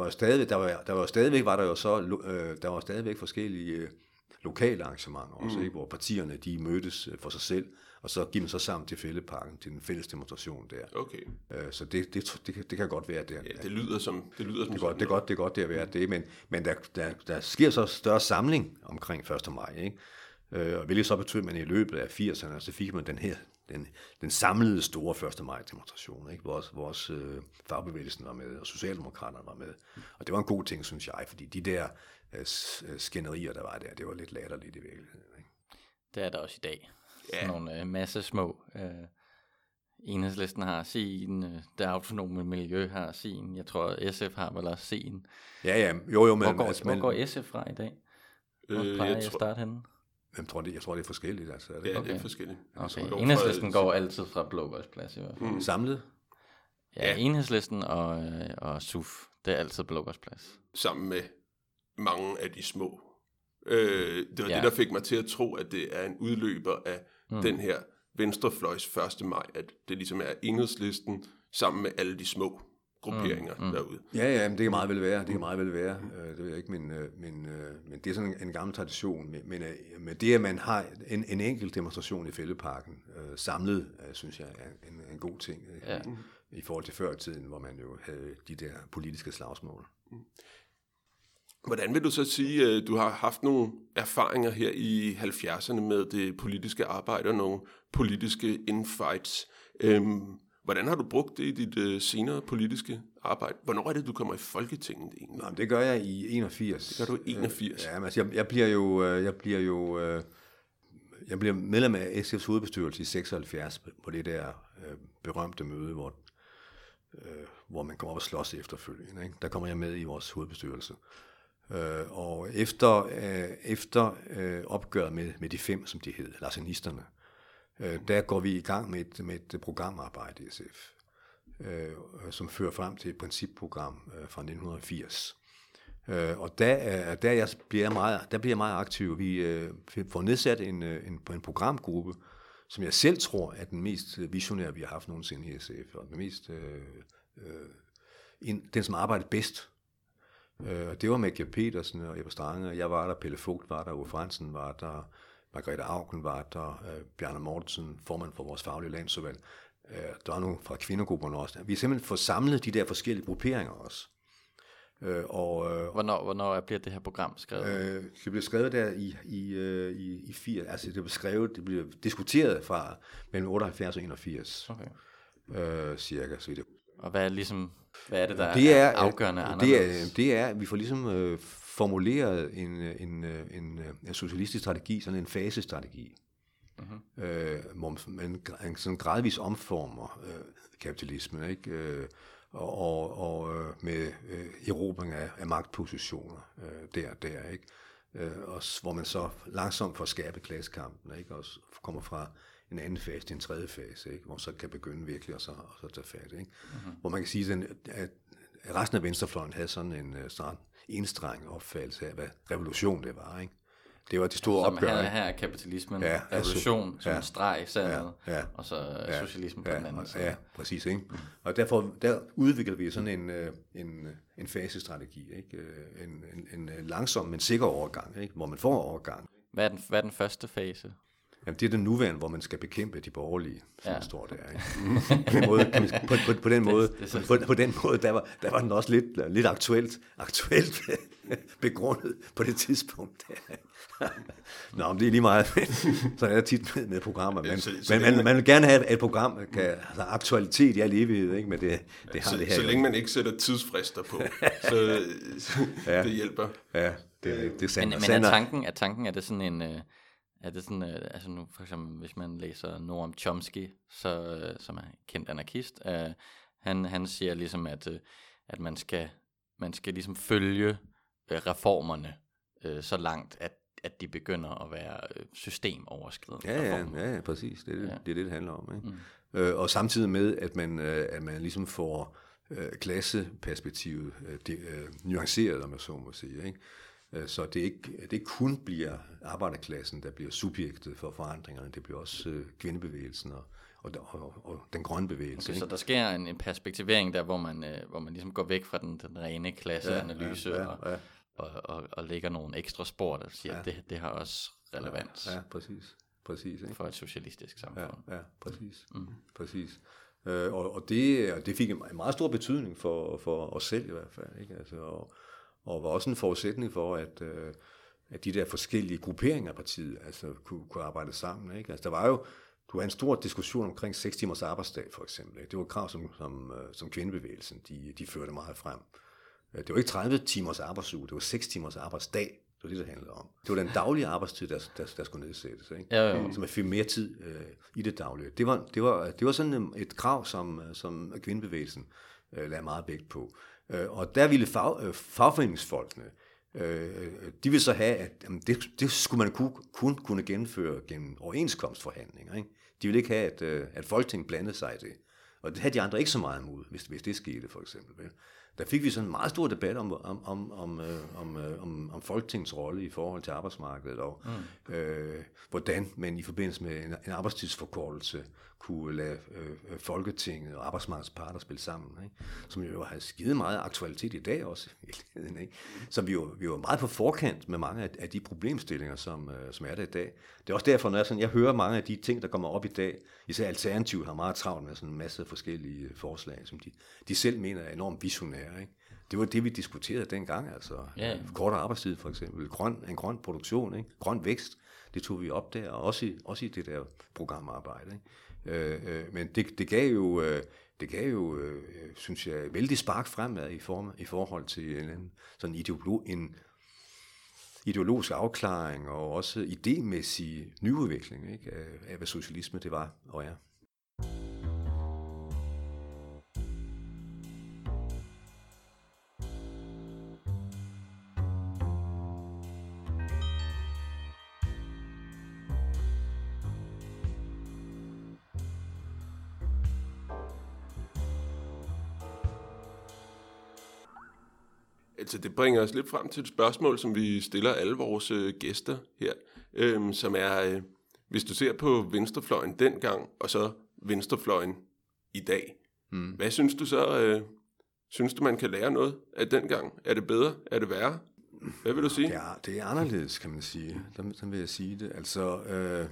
var stadigvæk forskellige lokale arrangementer også, ikke? Hvor partierne de mødtes for sig selv, og så gik man så sammen til Fælledparken, til den fælles demonstration der. Okay. Så det kan godt være der. Ja, det lyder som det er godt det at være det, men der sker så større samling omkring 1. maj, ikke? Hvilket så betød, at man i løbet af 80'erne, så fik man den samlede store 1. maj-demonstration, ikke? Vores fagbevægelsen var med, og Socialdemokraterne var med. Og det var en god ting, synes jeg, fordi de der skænderier, der var der, det var lidt latterligt i virkeligheden. Ikke? Det er der også i dag. Ja. Sådan nogle masse små. Enhedslisten har sin, det autonome miljø har sin, jeg tror SF har vel også sin. Ja, jo, men... Hvor går SF fra i dag? Hvor plejer jeg at starte henne? Jeg tror, det er forskelligt. Altså. Ja, det er forskelligt. Okay. Enhedslisten går altid fra Blågårds Plads i hvert fald. Samlet? Ja, Enhedslisten og SUF, det er altid Blågårds Plads. Sammen med mange af de små. Det var det, der fik mig til at tro, at det er en udløber af den her venstrefløjs 1. maj, at det ligesom er Enhedslisten sammen med alle de små grupperinger derude. Ja, men det kan meget vel være. Det ved jeg ikke, men det er sådan en gammel tradition. Men det, at man har en enkelt demonstration i Fælledparken samlet, synes jeg er en god ting i forhold til før i tiden, hvor man jo havde de der politiske slagsmål. Hvordan vil du så sige, at du har haft nogle erfaringer her i 70'erne med det politiske arbejde og nogle politiske infights? Hvordan har du brugt det i dit senere politiske arbejde? Hvornår er det, du kommer i Folketinget egentlig? Jamen, det gør jeg i 81. Det gør du i 81? Ja, men altså, jeg bliver medlem af SF's hovedbestyrelse i 76 på det der berømte møde, hvor man kommer op og slås efterfølgende. Ikke? Der kommer jeg med i vores hovedbestyrelse. Og efter opgøret med de 5, som de hed, larsenisterne, der går vi i gang med et programarbejde i SF, som fører frem til et principprogram fra 1980. Og der bliver jeg meget aktiv. Vi får nedsat en programgruppe, som jeg selv tror er den mest visionære, vi har haft nogensinde i SF, og den som arbejder bedst. Det var med Gert Petersen og Ebbe Strange, jeg var der, Pelle Vogt var der, Uffe Fransen var der, Margrethe Auken var der, Bjarne Mortensen, formand for vores faglige landsudvalg. Der var nogle fra kvindergrupperne også. Vi har simpelthen fået samlet de der forskellige grupperinger også. Hvornår bliver det her program skrevet? Det blev skrevet der i 80. Altså det blev diskuteret fra mellem 78 og 81. Okay. Cirka, så vidt. Og hvad er det, der er afgørende anderledes? Det er, at vi får ligesom formuleret en socialistisk strategi, sådan en fasestrategi, hvor man sådan gradvis omformer kapitalismen, ikke? Og med erobring af magtpositioner der, ikke? Og hvor man så langsomt får skærpet klassekampen, ikke? Og kommer fra en anden fase til en tredje fase, ikke? Hvor så kan begynde virkelig at så tage fat, ikke? Hvor man kan sige, at resten af venstrefløjen havde sådan en enstreng opfattelse af, hvad revolution det var, ikke? Det var de store opgør. Her er kapitalismen, revolution som en streg i sandet, og så socialismen på den anden side. Ja, præcis, ikke? Og der udvikler vi sådan en fasestrategi, ikke? En langsom, men sikker overgang, ikke? Hvor man får overgang. Hvad er den første fase? Jamen, det er den nuværende, hvor man skal bekæmpe de borgerlige, som der står der. Ikke? På den måde, der var den også lidt aktuelt begrundet på det tidspunkt. Nå, men det er lige meget. Så er der tit med programmer. Man vil gerne have, at et program kan have aktualitet i al evighed, ikke? Men det har det her. Så længe man ikke sætter tidsfrister på, så det hjælper. Ja, det er sandt. Men er tanken, det sådan en... Er det sådan, altså nu for eksempel, hvis man læser Noam Chomsky, som er kendt anarkist, han siger ligesom, at man skal ligesom følge reformerne så langt, at de begynder at være systemoverskridende. Ja, præcis. Det er det handler om. Ikke? Og samtidig med, at man ligesom får klasseperspektivet nuanceret, om jeg så må sige. Ikke? Så det ikke kun bliver arbejderklassen, der bliver subjektet for forandringerne, det bliver også kvindebevægelsen og den grønne bevægelse. Okay, så der sker en perspektivering der, hvor man ligesom går væk fra den rene klasseanalyse og lægger nogle ekstra spor, der siger, at det har også relevans. Ja, præcis. Ikke? For et socialistisk samfund. Ja, præcis. Præcis. Og det fik en meget stor betydning for os selv i hvert fald. Ikke? Altså, og var også en forudsætning for, at de der forskellige grupperinger af partiet altså, kunne arbejde sammen. Ikke? Altså, du havde en stor diskussion omkring 6 timers arbejdsdag, for eksempel. Ikke? Det var et krav, som kvindebevægelsen de førte meget frem. Det var ikke 30 timers arbejdsuge, det var 6 timers arbejdsdag. Det var det handlede om. Det var den daglige arbejdstid, der skulle nedsættes. Ikke? Ja. Så man fik mere tid i det daglige. Det var sådan et krav, som kvindebevægelsen lagde meget vægt på. Og der ville fagforeningsfolkene, de ville så have, at det skulle man kun kunne gennemføre gennem overenskomstforhandlinger. Ikke? De ville ikke have, at Folketinget blandede sig i det. Og det havde de andre ikke så meget imod, hvis det skete, for eksempel. Vel? Der fik vi sådan en meget stor debat om Folketingets rolle i forhold til arbejdsmarkedet, og hvordan man i forbindelse med en arbejdstidsforkortelse kunne lade Folketinget og arbejdsmarkedets parter spille sammen, ikke? Som jo har givet meget aktualitet i dag også, ikke? Så vi var meget på forkant med mange af de problemstillinger, som er der i dag. Det er også derfor, når jeg hører mange af de ting, der kommer op i dag, især Alternativ har meget travlt med sådan en masse forskellige forslag, som de selv mener er enormt visionære. Ikke? Det var det, vi diskuterede dengang, altså kortere arbejdstid for eksempel, en grøn produktion, ikke? Grøn vækst, det tog vi op der, og også i det der programarbejde. Ikke? Men det gav jo, synes jeg, vældig spark fremad i forhold til sådan en ideologisk afklaring og også idémæssig nyudvikling, ikke? Af hvad socialisme det var og er. Altså det bringer os lidt frem til et spørgsmål, som vi stiller alle vores gæster her, som er, hvis du ser på venstrefløjen dengang, og så venstrefløjen i dag, hvad synes du så, synes du man kan lære noget af dengang? Er det bedre? Er det værre? Hvad vil du sige? Ja, det er anderledes, kan man sige. Sådan vil jeg sige det. Altså,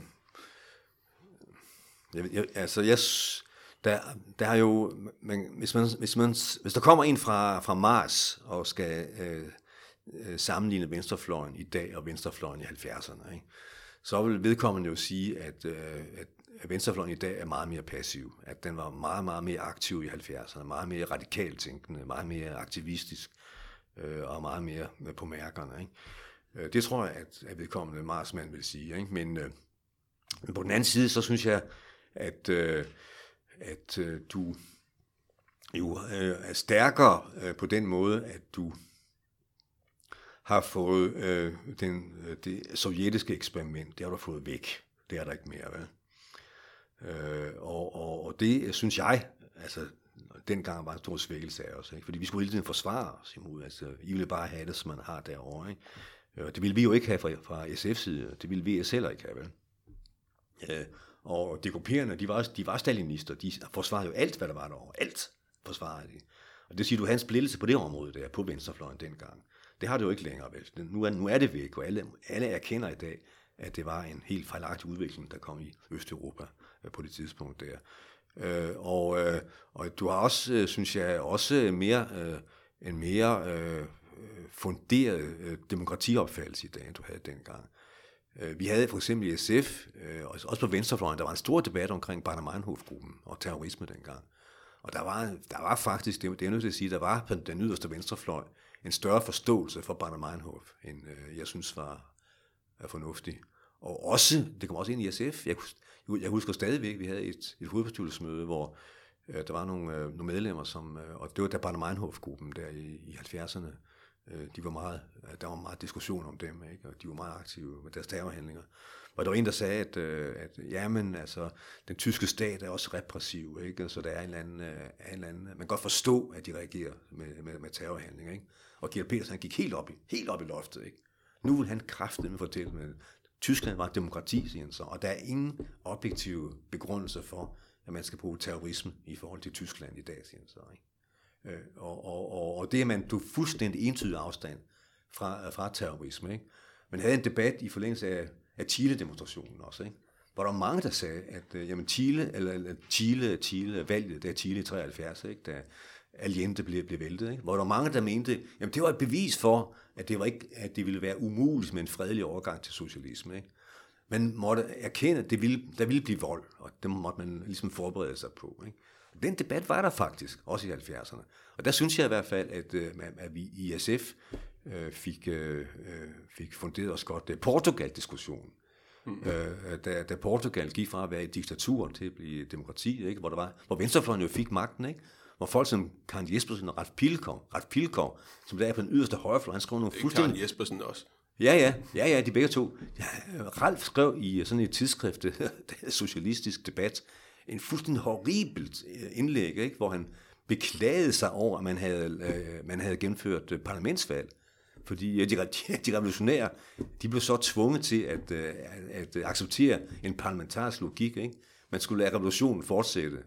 der er jo, hvis der kommer en fra Mars og skal sammenligne venstrefløjen i dag og venstrefløjen i 70'erne, ikke? Så vil vedkommende jo sige, at venstrefløjen i dag er meget mere passiv, at den var meget, meget mere aktiv i 70'erne, meget mere radikalt tænkende, meget mere aktivistisk og meget mere på mærkerne. Ikke? Det tror jeg, at vedkommende Marsmand vil sige. Ikke? Men på den anden side, så synes jeg, at du jo er stærkere på den måde, at du har fået det sovjetiske eksperiment, det har du fået væk. Det er der ikke mere, vel? Og det synes jeg, altså dengang var en stor svækkelse af os, ikke? Fordi vi skulle hele tiden forsvare os imod, altså I ville bare have det, som man har derovre, ikke? Det ville vi jo ikke have fra SF's side, det ville vi heller ikke have, vel? Og DKP'erne, de var stalinister, de forsvarede jo alt, hvad der var derovre, alt forsvarede de. Og det siger, du havde en splittelse på det område der, på venstrefløjen dengang. Det har det jo ikke længere, vel? Nu er det væk, og alle erkender i dag, at det var en helt fejlagtig udvikling, der kom i Østeuropa på det tidspunkt der. Og du har også, synes jeg, også en mere funderet demokratiopfattelse i dag, end du havde dengang. Vi havde for eksempel i SF, også på venstrefløjen, der var en stor debat omkring Baader-Meinhof-gruppen og terrorisme dengang. Og der var faktisk, det er nødt til at sige, der var på den yderste venstrefløj en større forståelse for Baader-Meinhof, end jeg synes var fornuftig. Og også, det kom også ind i SF. Jeg husker stadigvæk, at vi havde et hovedbestyrelsesmøde, hvor der var nogle medlemmer, og det var der Baader-Meinhof-gruppen der i 70'erne der var meget diskussion om dem, ikke? Og de var meget aktive med deres terrorhandlinger. Og der var en, der sagde, at jamen, altså, den tyske stat er også repressiv, ikke? Så der er en eller anden, man kan godt forstå, at de reagerer med terrorhandlinger, ikke? Og Geert Petersen, han gik helt op i loftet, ikke? Nu vil han kraftedeme fortælle med, Tyskland var et demokrati, siger han så, og der er ingen objektive begrundelser for, at man skal bruge terrorisme i forhold til Tyskland i dag, siger han så, ikke? Og det er man du fuldstændig entydig afstand fra terrorisme, ikke? Man havde en debat i forlængelse af Chile-demonstrationen også, ikke? Hvor der var mange, der sagde, at jamen Chile-valget, det er Chile i 73, ikke? Da Allende blev væltet, ikke? Hvor der var mange, der mente, jamen det var et bevis for, at det ville være umuligt med en fredelig overgang til socialisme, ikke? Man måtte erkende, at der ville blive vold, og det måtte man ligesom forberede sig på, ikke? Den debat var der faktisk, også i 70'erne. Og der synes jeg i hvert fald, at vi i SF fik funderet os godt Portugal-diskussionen. Da Portugal gik fra at være et diktatur til at blive demokrati, ikke? Hvor venstrefløjen jo fik magten, ikke? Hvor folk som Karen Jespersen og Ralf Pilgaard, som der er på den yderste højrefløj, han skrev nogle fuldstændig... Karen Jespersen også. Ja, de begge to. Ja, Ralf skrev i sådan et tidsskrift, Socialistisk Debat, en fuldstændig horribelt indlæg, ikke? Hvor han beklagede sig over, at man havde gennemført parlamentsvalg. Fordi de revolutionære, de blev så tvunget til at acceptere en parlamentarisk logik, ikke? Man skulle lade revolutionen fortsætte.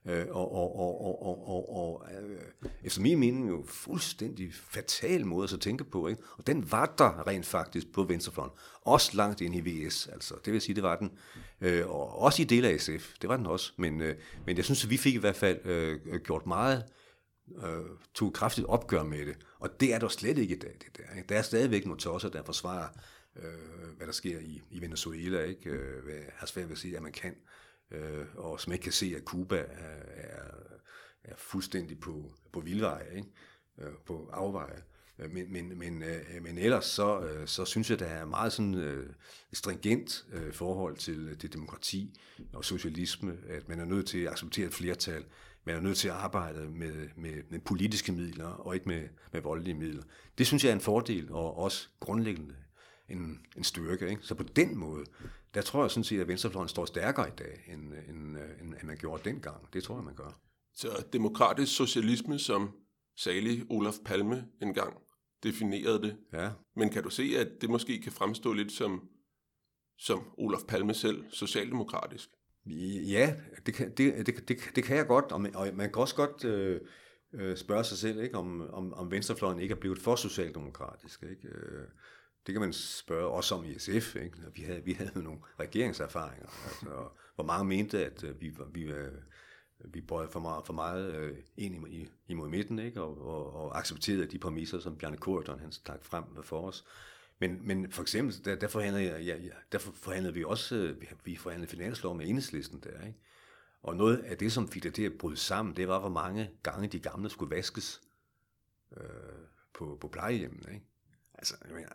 Og efter min mening jo fuldstændig fatal måde at tænke på, ikke? Og den var der rent faktisk på venstrefløjen, også langt ind i VS, altså det vil sige, det var den, og også i dele af SF, det var den også, men jeg synes, at vi fik i hvert fald gjort meget, tog kraftigt opgør med det, og det er der slet ikke i dag, det der, ikke? Der er stadigvæk nogle tosser, der forsvarer, hvad der sker i Venezuela, ikke? Jeg har svært ved at sige, at man kan, og som ikke kan se, at Cuba er fuldstændig på vildveje, ikke? På afveje. Men ellers så synes jeg, der er meget sådan stringent forhold til det demokrati og socialisme, at man er nødt til at acceptere et flertal, man er nødt til at arbejde med politiske midler og ikke med voldelige midler. Det synes jeg er en fordel, og også grundlæggende en styrke, ikke? Så på den måde, der tror jeg sådan set, at venstrefløjen står stærkere i dag, end man gjorde dengang. Det tror jeg, man gør. Så demokratisk socialisme, som salig Olof Palme engang definerede det. Ja. Men kan du se, at det måske kan fremstå lidt som Olof Palme selv, socialdemokratisk? Ja, det kan jeg godt, og man kan også godt spørge sig selv, ikke, om venstrefløjen ikke er blevet for socialdemokratisk, ikke? Det kan man spørge også om i SF, ikke? Vi havde nogle regeringserfaringer, altså, hvor mange mente, at vi bøjede for meget ind imod midten, ikke? Og accepterede de præmisser, som Bjarne Corydon han stak frem for os. Men for eksempel, der forhandlede vi også, vi forhandlede finanslov med Enhedslisten der, ikke? Og noget af det, som fik det til at bryde sammen, det var, hvor mange gange de gamle skulle vaskes på plejehjemmene, ikke? Altså, jeg mener,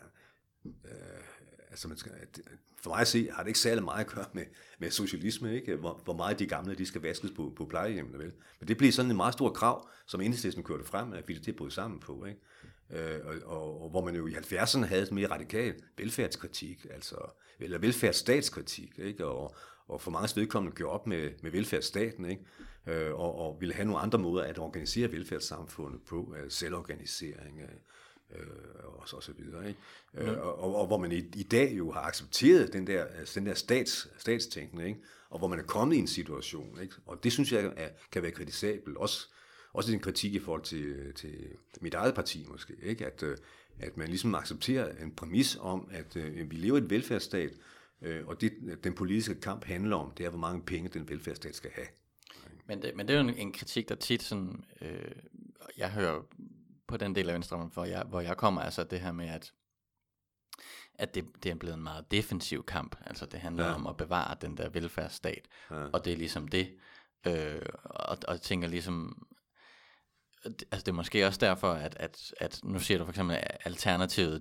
for mig at se, har det ikke særlig meget at gøre med socialisme, ikke? Hvor meget de gamle de skal vaskes på plejehjemmene, vel? Men det blev sådan en meget stor krav, som Enhedslisten kørte frem, at vi det til at bryde sammen på, ikke? Og hvor man jo i 70'erne havde en mere radikal velfærdskritik, eller velfærdsstatskritik, ikke? Og for mange vedkommende gjorde op med velfærdsstaten, ikke? Og ville have nogle andre måder at organisere velfærdssamfundet på, selvorganisering, og så videre, ikke? Og hvor man i dag jo har accepteret den der statstænkning, ikke? Og hvor man er kommet i en situation, ikke? Og det synes jeg kan være kritisabelt, også en kritik i forhold til mit eget parti måske, ikke? At man ligesom accepterer en præmis om, at vi lever i et velfærdsstat, og det den politiske kamp handler om, det er, hvor mange penge den velfærdsstat skal have. Men det er jo en kritik, der tit sådan, jeg hører på den del af Venstre, hvor jeg kommer, altså det her med, at det er blevet en meget defensiv kamp. Altså det handler om at bevare den der velfærdsstat, og det er ligesom det. Og jeg tænker ligesom, altså det er måske også derfor, at nu siger du for eksempel, at Alternativet,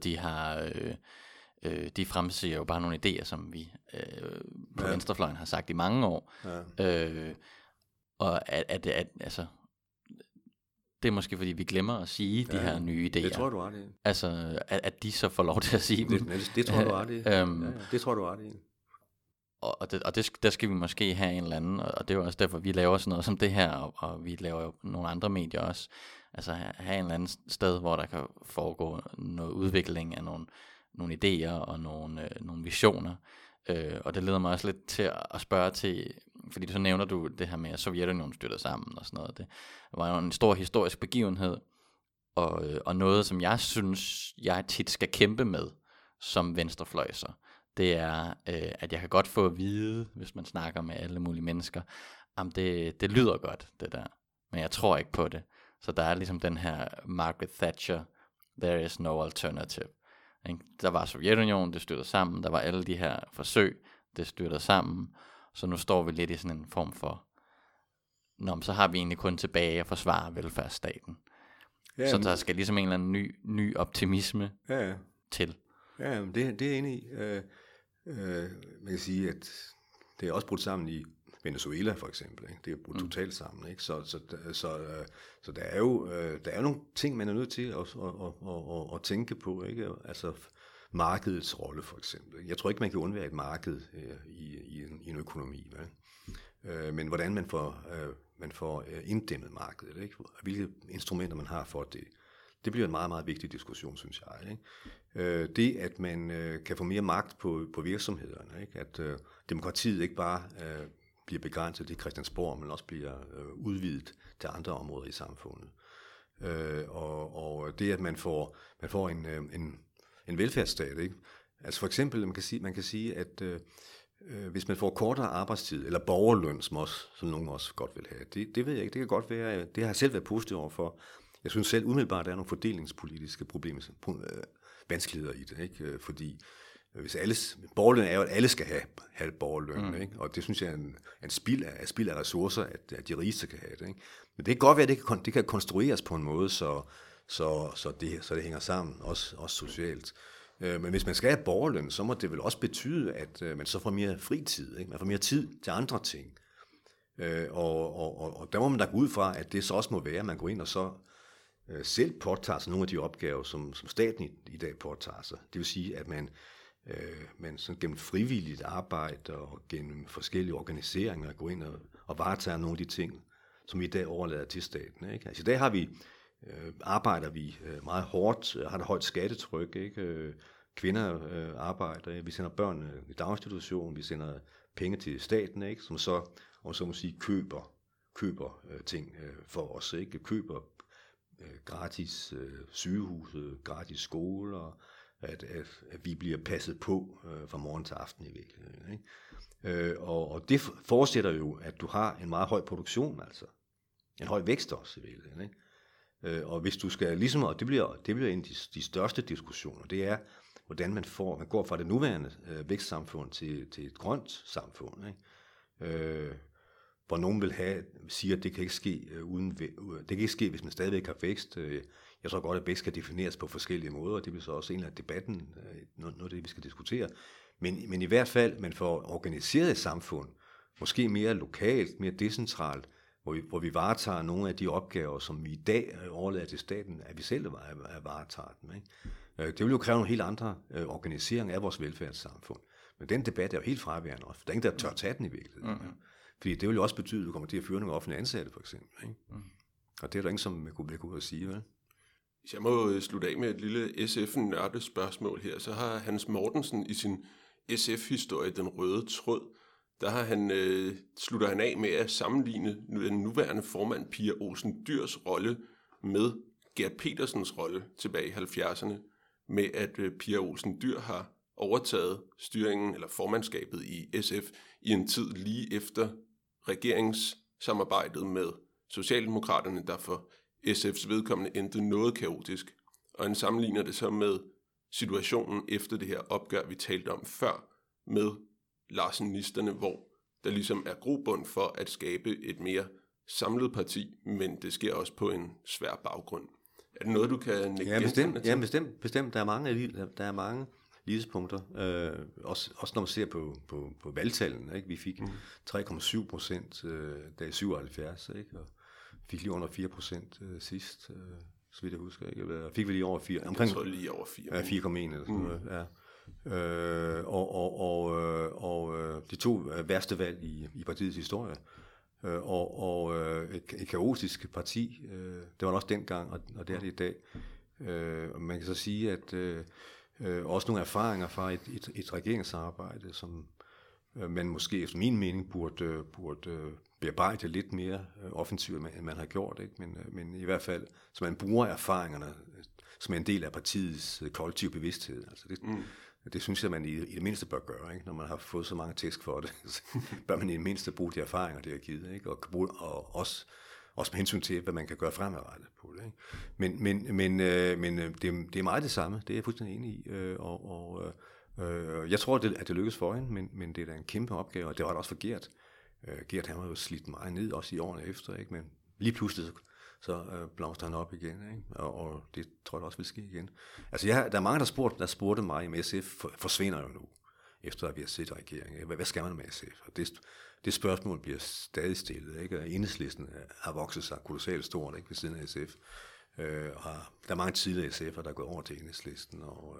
de fremsiger jo bare nogle idéer, som vi på venstrefløjen har sagt i mange år. Og altså det er måske fordi, vi glemmer at sige de her nye idéer. Det tror du ret i. Altså, at de så får lov til at sige dem. Det tror du ret i. Det tror du ret i. Og der skal vi måske have en eller anden, og det er jo også derfor, vi laver sådan noget som det her, og vi laver jo nogle andre medier også. Altså have en eller anden sted, hvor der kan foregå noget udvikling af nogle idéer og nogle visioner. Og det leder mig også lidt til at spørge til, fordi så nævner du det her med, at Sovjetunionen styrtede sammen og sådan noget. Det var jo en stor historisk begivenhed, og noget, som jeg synes, jeg tit skal kæmpe med som venstrefløjser. Det er, at jeg kan godt få at vide, hvis man snakker med alle mulige mennesker, om det lyder godt, det der. Men jeg tror ikke på det. Så der er ligesom den her Margaret Thatcher, there is no alternative. Der var Sovjetunionen, det styrtede sammen. Der var alle de her forsøg, det styrtede sammen. Så nu står vi lidt i sådan en form for, så har vi egentlig kun tilbage at forsvare velfærdsstaten. Ja, så der skal ligesom en eller anden ny optimisme til. Ja, det er jeg enig i. Man kan sige, at det er også brudt sammen i Venezuela for eksempel. Ikke? Det er brudt totalt sammen. Ikke? Så der er jo nogle ting, man er nødt til at tænke på. Ikke? Altså markedets rolle for eksempel. Jeg tror ikke, man kan undvære et marked i en økonomi. Men hvordan man får inddæmmet markedet, ikke? Hvilke instrumenter man har for det. Det bliver en meget, meget vigtig diskussion, synes jeg. Ikke? Det, at man kan få mere magt på virksomhederne, ikke? At demokratiet ikke bare bliver begrænset til Christiansborg, men også bliver udvidet til andre områder i samfundet. Og det, at man får en velfærdsstat, ikke? Altså for eksempel, man kan sige, at hvis man får kortere arbejdstid, eller borgerløn, som nogen også godt vil have, det ved jeg ikke, det kan godt være, det har jeg selv været positiv overfor. Jeg synes selv umiddelbart, der er nogle fordelingspolitiske problemer, vanskeligheder i det, ikke? Fordi hvis borgerløn er jo, at alle skal have borgerløn, ikke? Og det synes jeg er en spild af ressourcer, at de rigeste kan have det, ikke? Men det kan godt være, at det kan konstrueres på en måde, så det hænger sammen, også socialt. Men hvis man skal have borgerløn, så må det vel også betyde, at man så får mere fritid, ikke? Man får mere tid til andre ting. Og der må man da gå ud fra, at det så også må være, at man går ind og så selv påtager sig nogle af de opgaver, som staten i dag påtager sig. Det vil sige, at man sådan gennem frivilligt arbejde og gennem forskellige organiseringer går ind og varetager nogle af de ting, som vi i dag overlader til staten. Ikke? Altså i dag arbejder vi meget hårdt, har et højt skattetryk, ikke? Kvinder arbejder, vi sender børn i daginstitution, vi sender penge til staten, ikke? Som så, om så må sige, køber ting for os, ikke? Køber gratis sygehuse, gratis skoler, at vi bliver passet på fra morgen til aften i virkeligheden, ikke? Og det forudsætter jo, at du har en meget høj produktion, altså en høj vækst også i virkeligheden, ikke? Og hvis du skal ligesom, og det bliver en af de største diskussioner, det er, hvordan man går fra det nuværende vækstsamfund til et grønt samfund, ikke? Hvor nogen siger, at det kan ikke ske det kan ikke ske, hvis man stadigvæk har vækst. Jeg tror godt, at vækst kan defineres på forskellige måder, og det bliver så også en af debatten, noget af det, vi skal diskutere. Men i hvert fald, man får organiseret et samfund, måske mere lokalt, mere decentralt, hvor vi varetager nogle af de opgaver, som vi i dag overlader til staten, at vi selv varetager dem, ikke? Det vil jo kræve nogle helt andre organisering af vores velfærdssamfund. Men den debat er jo helt fraværende også, for der er ingen, der tør tage den i virkeligheden. Mm-hmm. Fordi det vil jo også betyde, at du kommer til at fyre nogle offentlige ansatte, for eksempel, ikke? Og det er der ingen, som kunne gå ud og sige, vel? Hvis jeg må slutte af med et lille SF-nørdet spørgsmål her, så har Hans Mortensen i sin SF-historie, Den Røde Tråd, der slutter han af med at sammenligne den nuværende formand Pia Olsen Dyhrs rolle med Gert Petersens rolle tilbage i 70'erne, med at Pia Olsen Dyhr har overtaget styringen eller formandskabet i SF i en tid lige efter regeringssamarbejdet med Socialdemokraterne, der for SF's vedkommende endte noget kaotisk. Og han sammenligner det så med situationen efter det her opgør, vi talte om før, med larsenisterne, hvor der ligesom er grobund for at skabe et mere samlet parti, men det sker også på en svær baggrund. Er det noget, du kan nikke genkendende til? Ja, bestemt. Der er mange lidespunkter. Også når man ser på valgtallene, ikke? Vi fik 3,7% da i 77, ikke? Og fik lige under 4% sidst, så vidt jeg husker. Ikke? Fik vi lige over 4? Omkring, jeg tror lige over 4. Ja, 4,1 eller sådan noget, ja. Og de 2 værste valg i partiets historie. Et kaotisk parti, det var også dengang, og det er det i dag. Man kan så sige, at også nogle erfaringer fra et regeringsarbejde, som man måske efter min mening burde bearbejde lidt mere offensivt, end man har gjort. Ikke? Men i hvert fald, så man bruger erfaringerne som en del af partiets kollektive bevidsthed. Altså det synes jeg, man i det mindste bør gøre, ikke? Når man har fået så mange tæsk for det. Så bør man i det mindste bruge de erfaringer, det har givet, ikke? Og også med hensyn til, hvad man kan gøre fremadrettet på det. Ikke? Men det er meget det samme, det er jeg fuldstændig enig i. Jeg tror, at det lykkes for hende, men det er da en kæmpe opgave, og det var da også for Gert. Gert, han var jo slidt meget ned, også i årene efter, ikke? Men lige pludselig så blomster han op igen, ikke? Og det tror jeg også vil ske igen. Altså der er mange, der spurgte mig, om SF forsvinder jo nu, efter at vi har set regeringen. Hvad skal man med SF? Og det spørgsmål bliver stadig stillet, ikke? Og Enhedslisten har vokset sig kolossalt stort, ikke? Ved siden af SF. Der er mange tidligere SF'er, der er gået over til Enhedslisten,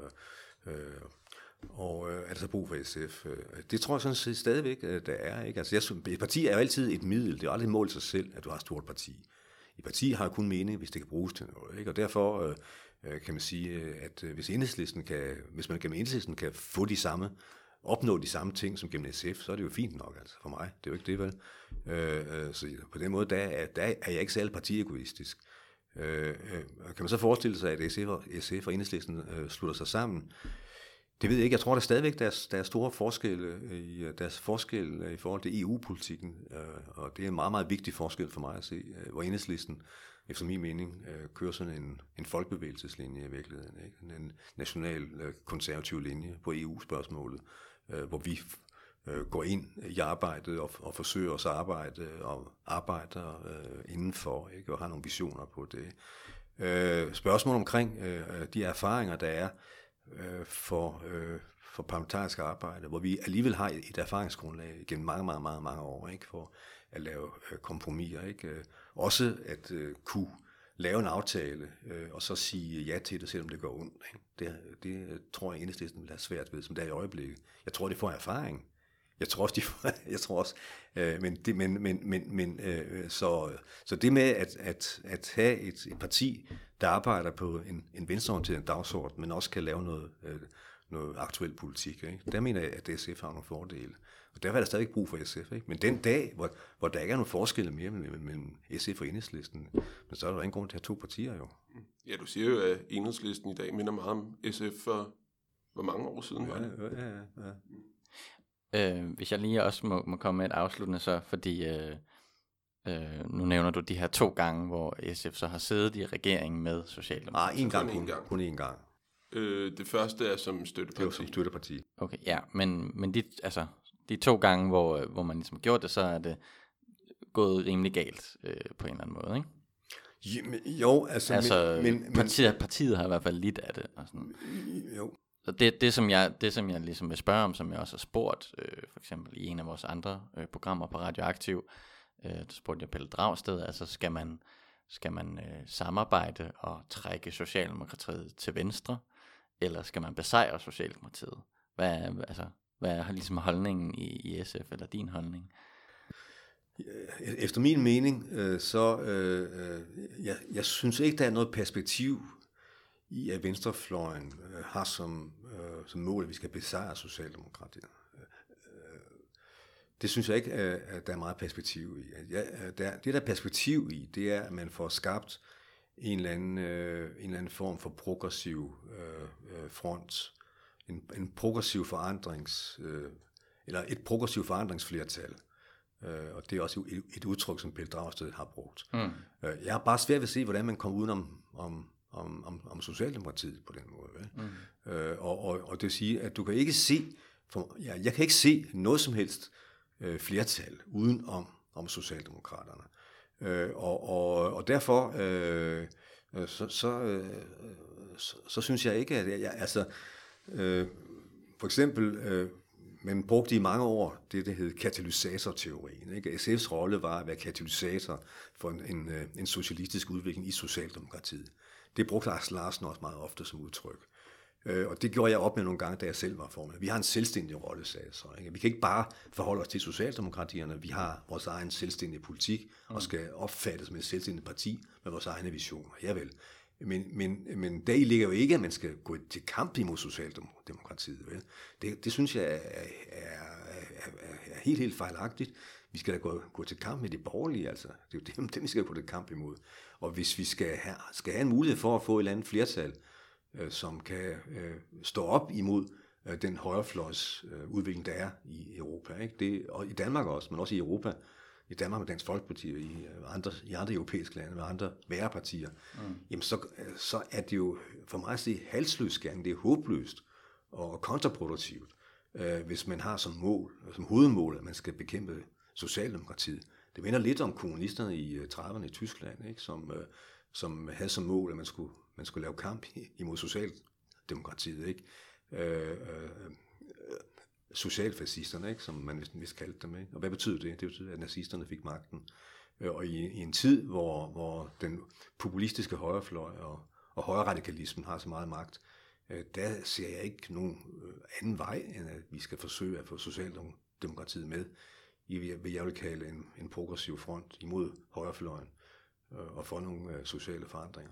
og er der så brug for SF? Det tror jeg sådan set stadigvæk, der er, ikke? Altså, et parti er jo altid et middel. Det er jo aldrig et mål i sig selv, at du har et stort parti. Et parti har jo kun mening, hvis det kan bruges til noget, ikke? Og derfor kan man sige, at hvis man gennem Enhedslisten kan opnå de samme ting som gennem SF, så er det jo fint nok, altså for mig. Det er jo ikke det, vel? Så på den måde, der er jeg ikke særlig partiegoistisk. Kan man så forestille sig, at SF og Enhedslisten slutter sig sammen? Det ved jeg ikke. Jeg tror, der stadigvæk der er store forskelle i forhold til EU-politikken, og det er en meget, meget vigtig forskel for mig at se, hvor Enhedslisten, efter min mening, kører sådan en folkebevægelseslinje i virkeligheden, ikke? En national konservativ linje på EU-spørgsmålet, hvor vi går ind i arbejdet og forsøger os at arbejder indenfor, ikke? Og har nogle visioner på det. Spørgsmål omkring de erfaringer, der er for parlamentarisk arbejde, hvor vi alligevel har et erfaringsgrundlag gennem mange år, ikke? For at lave kompromiser, ikke? Også at kunne lave en aftale og så sige ja til det, selvom det går ondt, ikke? Det tror jeg Enhedslisten vil have svært ved, som det er i øjeblikket. Jeg tror, det får erfaring. Så det med at have et parti, der arbejder på en venstreorienteret dagsorden, men også kan lave noget aktuel politik, ikke? Der mener jeg, at SF har nogle fordele. Og der er der stadig brug for SF, ikke? Men den dag, hvor der ikke er nogen forskelle mere mellem SF og Enhedslisten, men så er der ingen grund til at have 2 partier, jo. Ja, du siger jo, at Enhedslisten i dag minder meget om SF for hvor mange år siden var det? Ja. Hvis jeg lige også må komme med et afsluttende så, fordi nu nævner du de her 2 gange, hvor SF så har siddet i regeringen med Socialdemokratiet. Kun én gang. Det første er som støtteparti. Det var som støtteparti. Okay, ja, men de 2 gange, hvor man ligesom gjorde det, så er det gået rimelig galt på en eller anden måde, ikke? Jo, men partiet har i hvert fald lidt af det. Og sådan. Jo. Så det som jeg ligesom vil spørge om, som jeg også har spurgt, for eksempel i en af vores andre programmer på Radioaktiv, der spurgte jeg Pelle Dragsted, altså skal man samarbejde og trække Socialdemokratiet til venstre, eller skal man besejre Socialdemokratiet? Hvad er ligesom holdningen i SF, eller din holdning? Efter min mening, jeg synes ikke, der er noget perspektiv i, at venstrefløjen har som mål, at vi skal besejre Socialdemokratiet. Det synes jeg ikke, at der er meget perspektiv i. Det der er perspektiv i, det er, at man får skabt en eller anden form for progressiv front, en progressiv eller et progressivt forandringsflertal. Og det er også et udtryk, som Pelle Dragsted har brugt. Jeg har bare svært ved at se, hvordan man kommer uden om Socialdemokratiet på den måde. Og det vil sige, at du kan ikke se, jeg kan ikke se noget som helst flertal uden om Socialdemokraterne. Og derfor så synes jeg ikke, at for eksempel man brugte i mange år det, der hed katalysatorteorien. Ikke? SF's rolle var at være katalysator for en socialistisk udvikling i Socialdemokratiet. Det brugte Aksel Larsen også meget ofte som udtryk. Og det gjorde jeg op med nogle gange, da jeg selv var formand. Vi har en selvstændig rolle, sagde jeg så. Ikke? Vi kan ikke bare forholde os til Socialdemokratierne. Vi har vores egen selvstændige politik og skal opfattes som et selvstændigt parti med vores egne visioner. Javel. Men deri ligger jo ikke, at man skal gå til kamp imod Socialdemokratiet. Vel? Det synes jeg er helt fejlagtigt. Vi skal da gå til kamp med de borgerlige, altså. Det er jo dem, vi skal gå til kamp imod. Og hvis vi skal have en mulighed for at få et eller andet flertal, som kan stå op imod den højrefløjs udvikling, der er i Europa. Ikke? Og i Danmark også, men også i Europa. I Danmark med Dansk Folkeparti og i andre europæiske lande med andre værrepartier. Jamen så er det jo for mig at se halsløs gang. Det er håbløst og kontraproduktivt, hvis man har som hovedmål, at man skal bekæmpe Socialdemokratiet. Det minder lidt om kommunisterne i 30'erne i Tyskland, ikke? Som havde som mål, at man skulle lave kamp imod Socialdemokratiet, ikke? Socialfascisterne, ikke? Som man vist kaldte dem. Ikke? Og hvad betyder det? Det betyder, at nazisterne fik magten. Og i en tid, hvor den populistiske højrefløj og højreradikalismen har så meget magt, der ser jeg ikke nogen anden vej, end at vi skal forsøge at få Socialdemokratiet med i, hvad jeg vil kalde en progressiv front imod højrefløjen og få nogle sociale forandringer.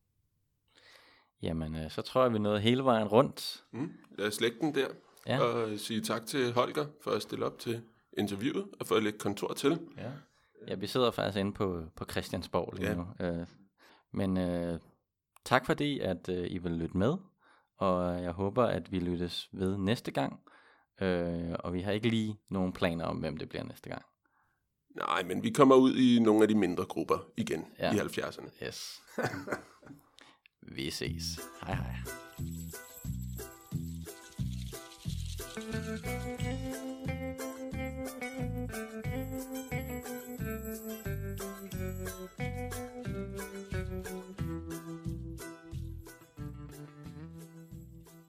Jamen, så tror jeg, vi nåede hele vejen rundt. Lad os lægge den der, og sige tak til Holger for at stille op til interviewet og få lidt kontor til. Ja, vi sidder faktisk inde på Christiansborg lige nu. Men tak fordi, at I vil lytte med, og jeg håber, at vi lyttes ved næste gang. Og vi har ikke lige nogen planer om, hvem det bliver næste gang. Nej, men vi kommer ud i nogle af de mindre grupper igen i 70'erne. Yes. Vi ses. Hej hej.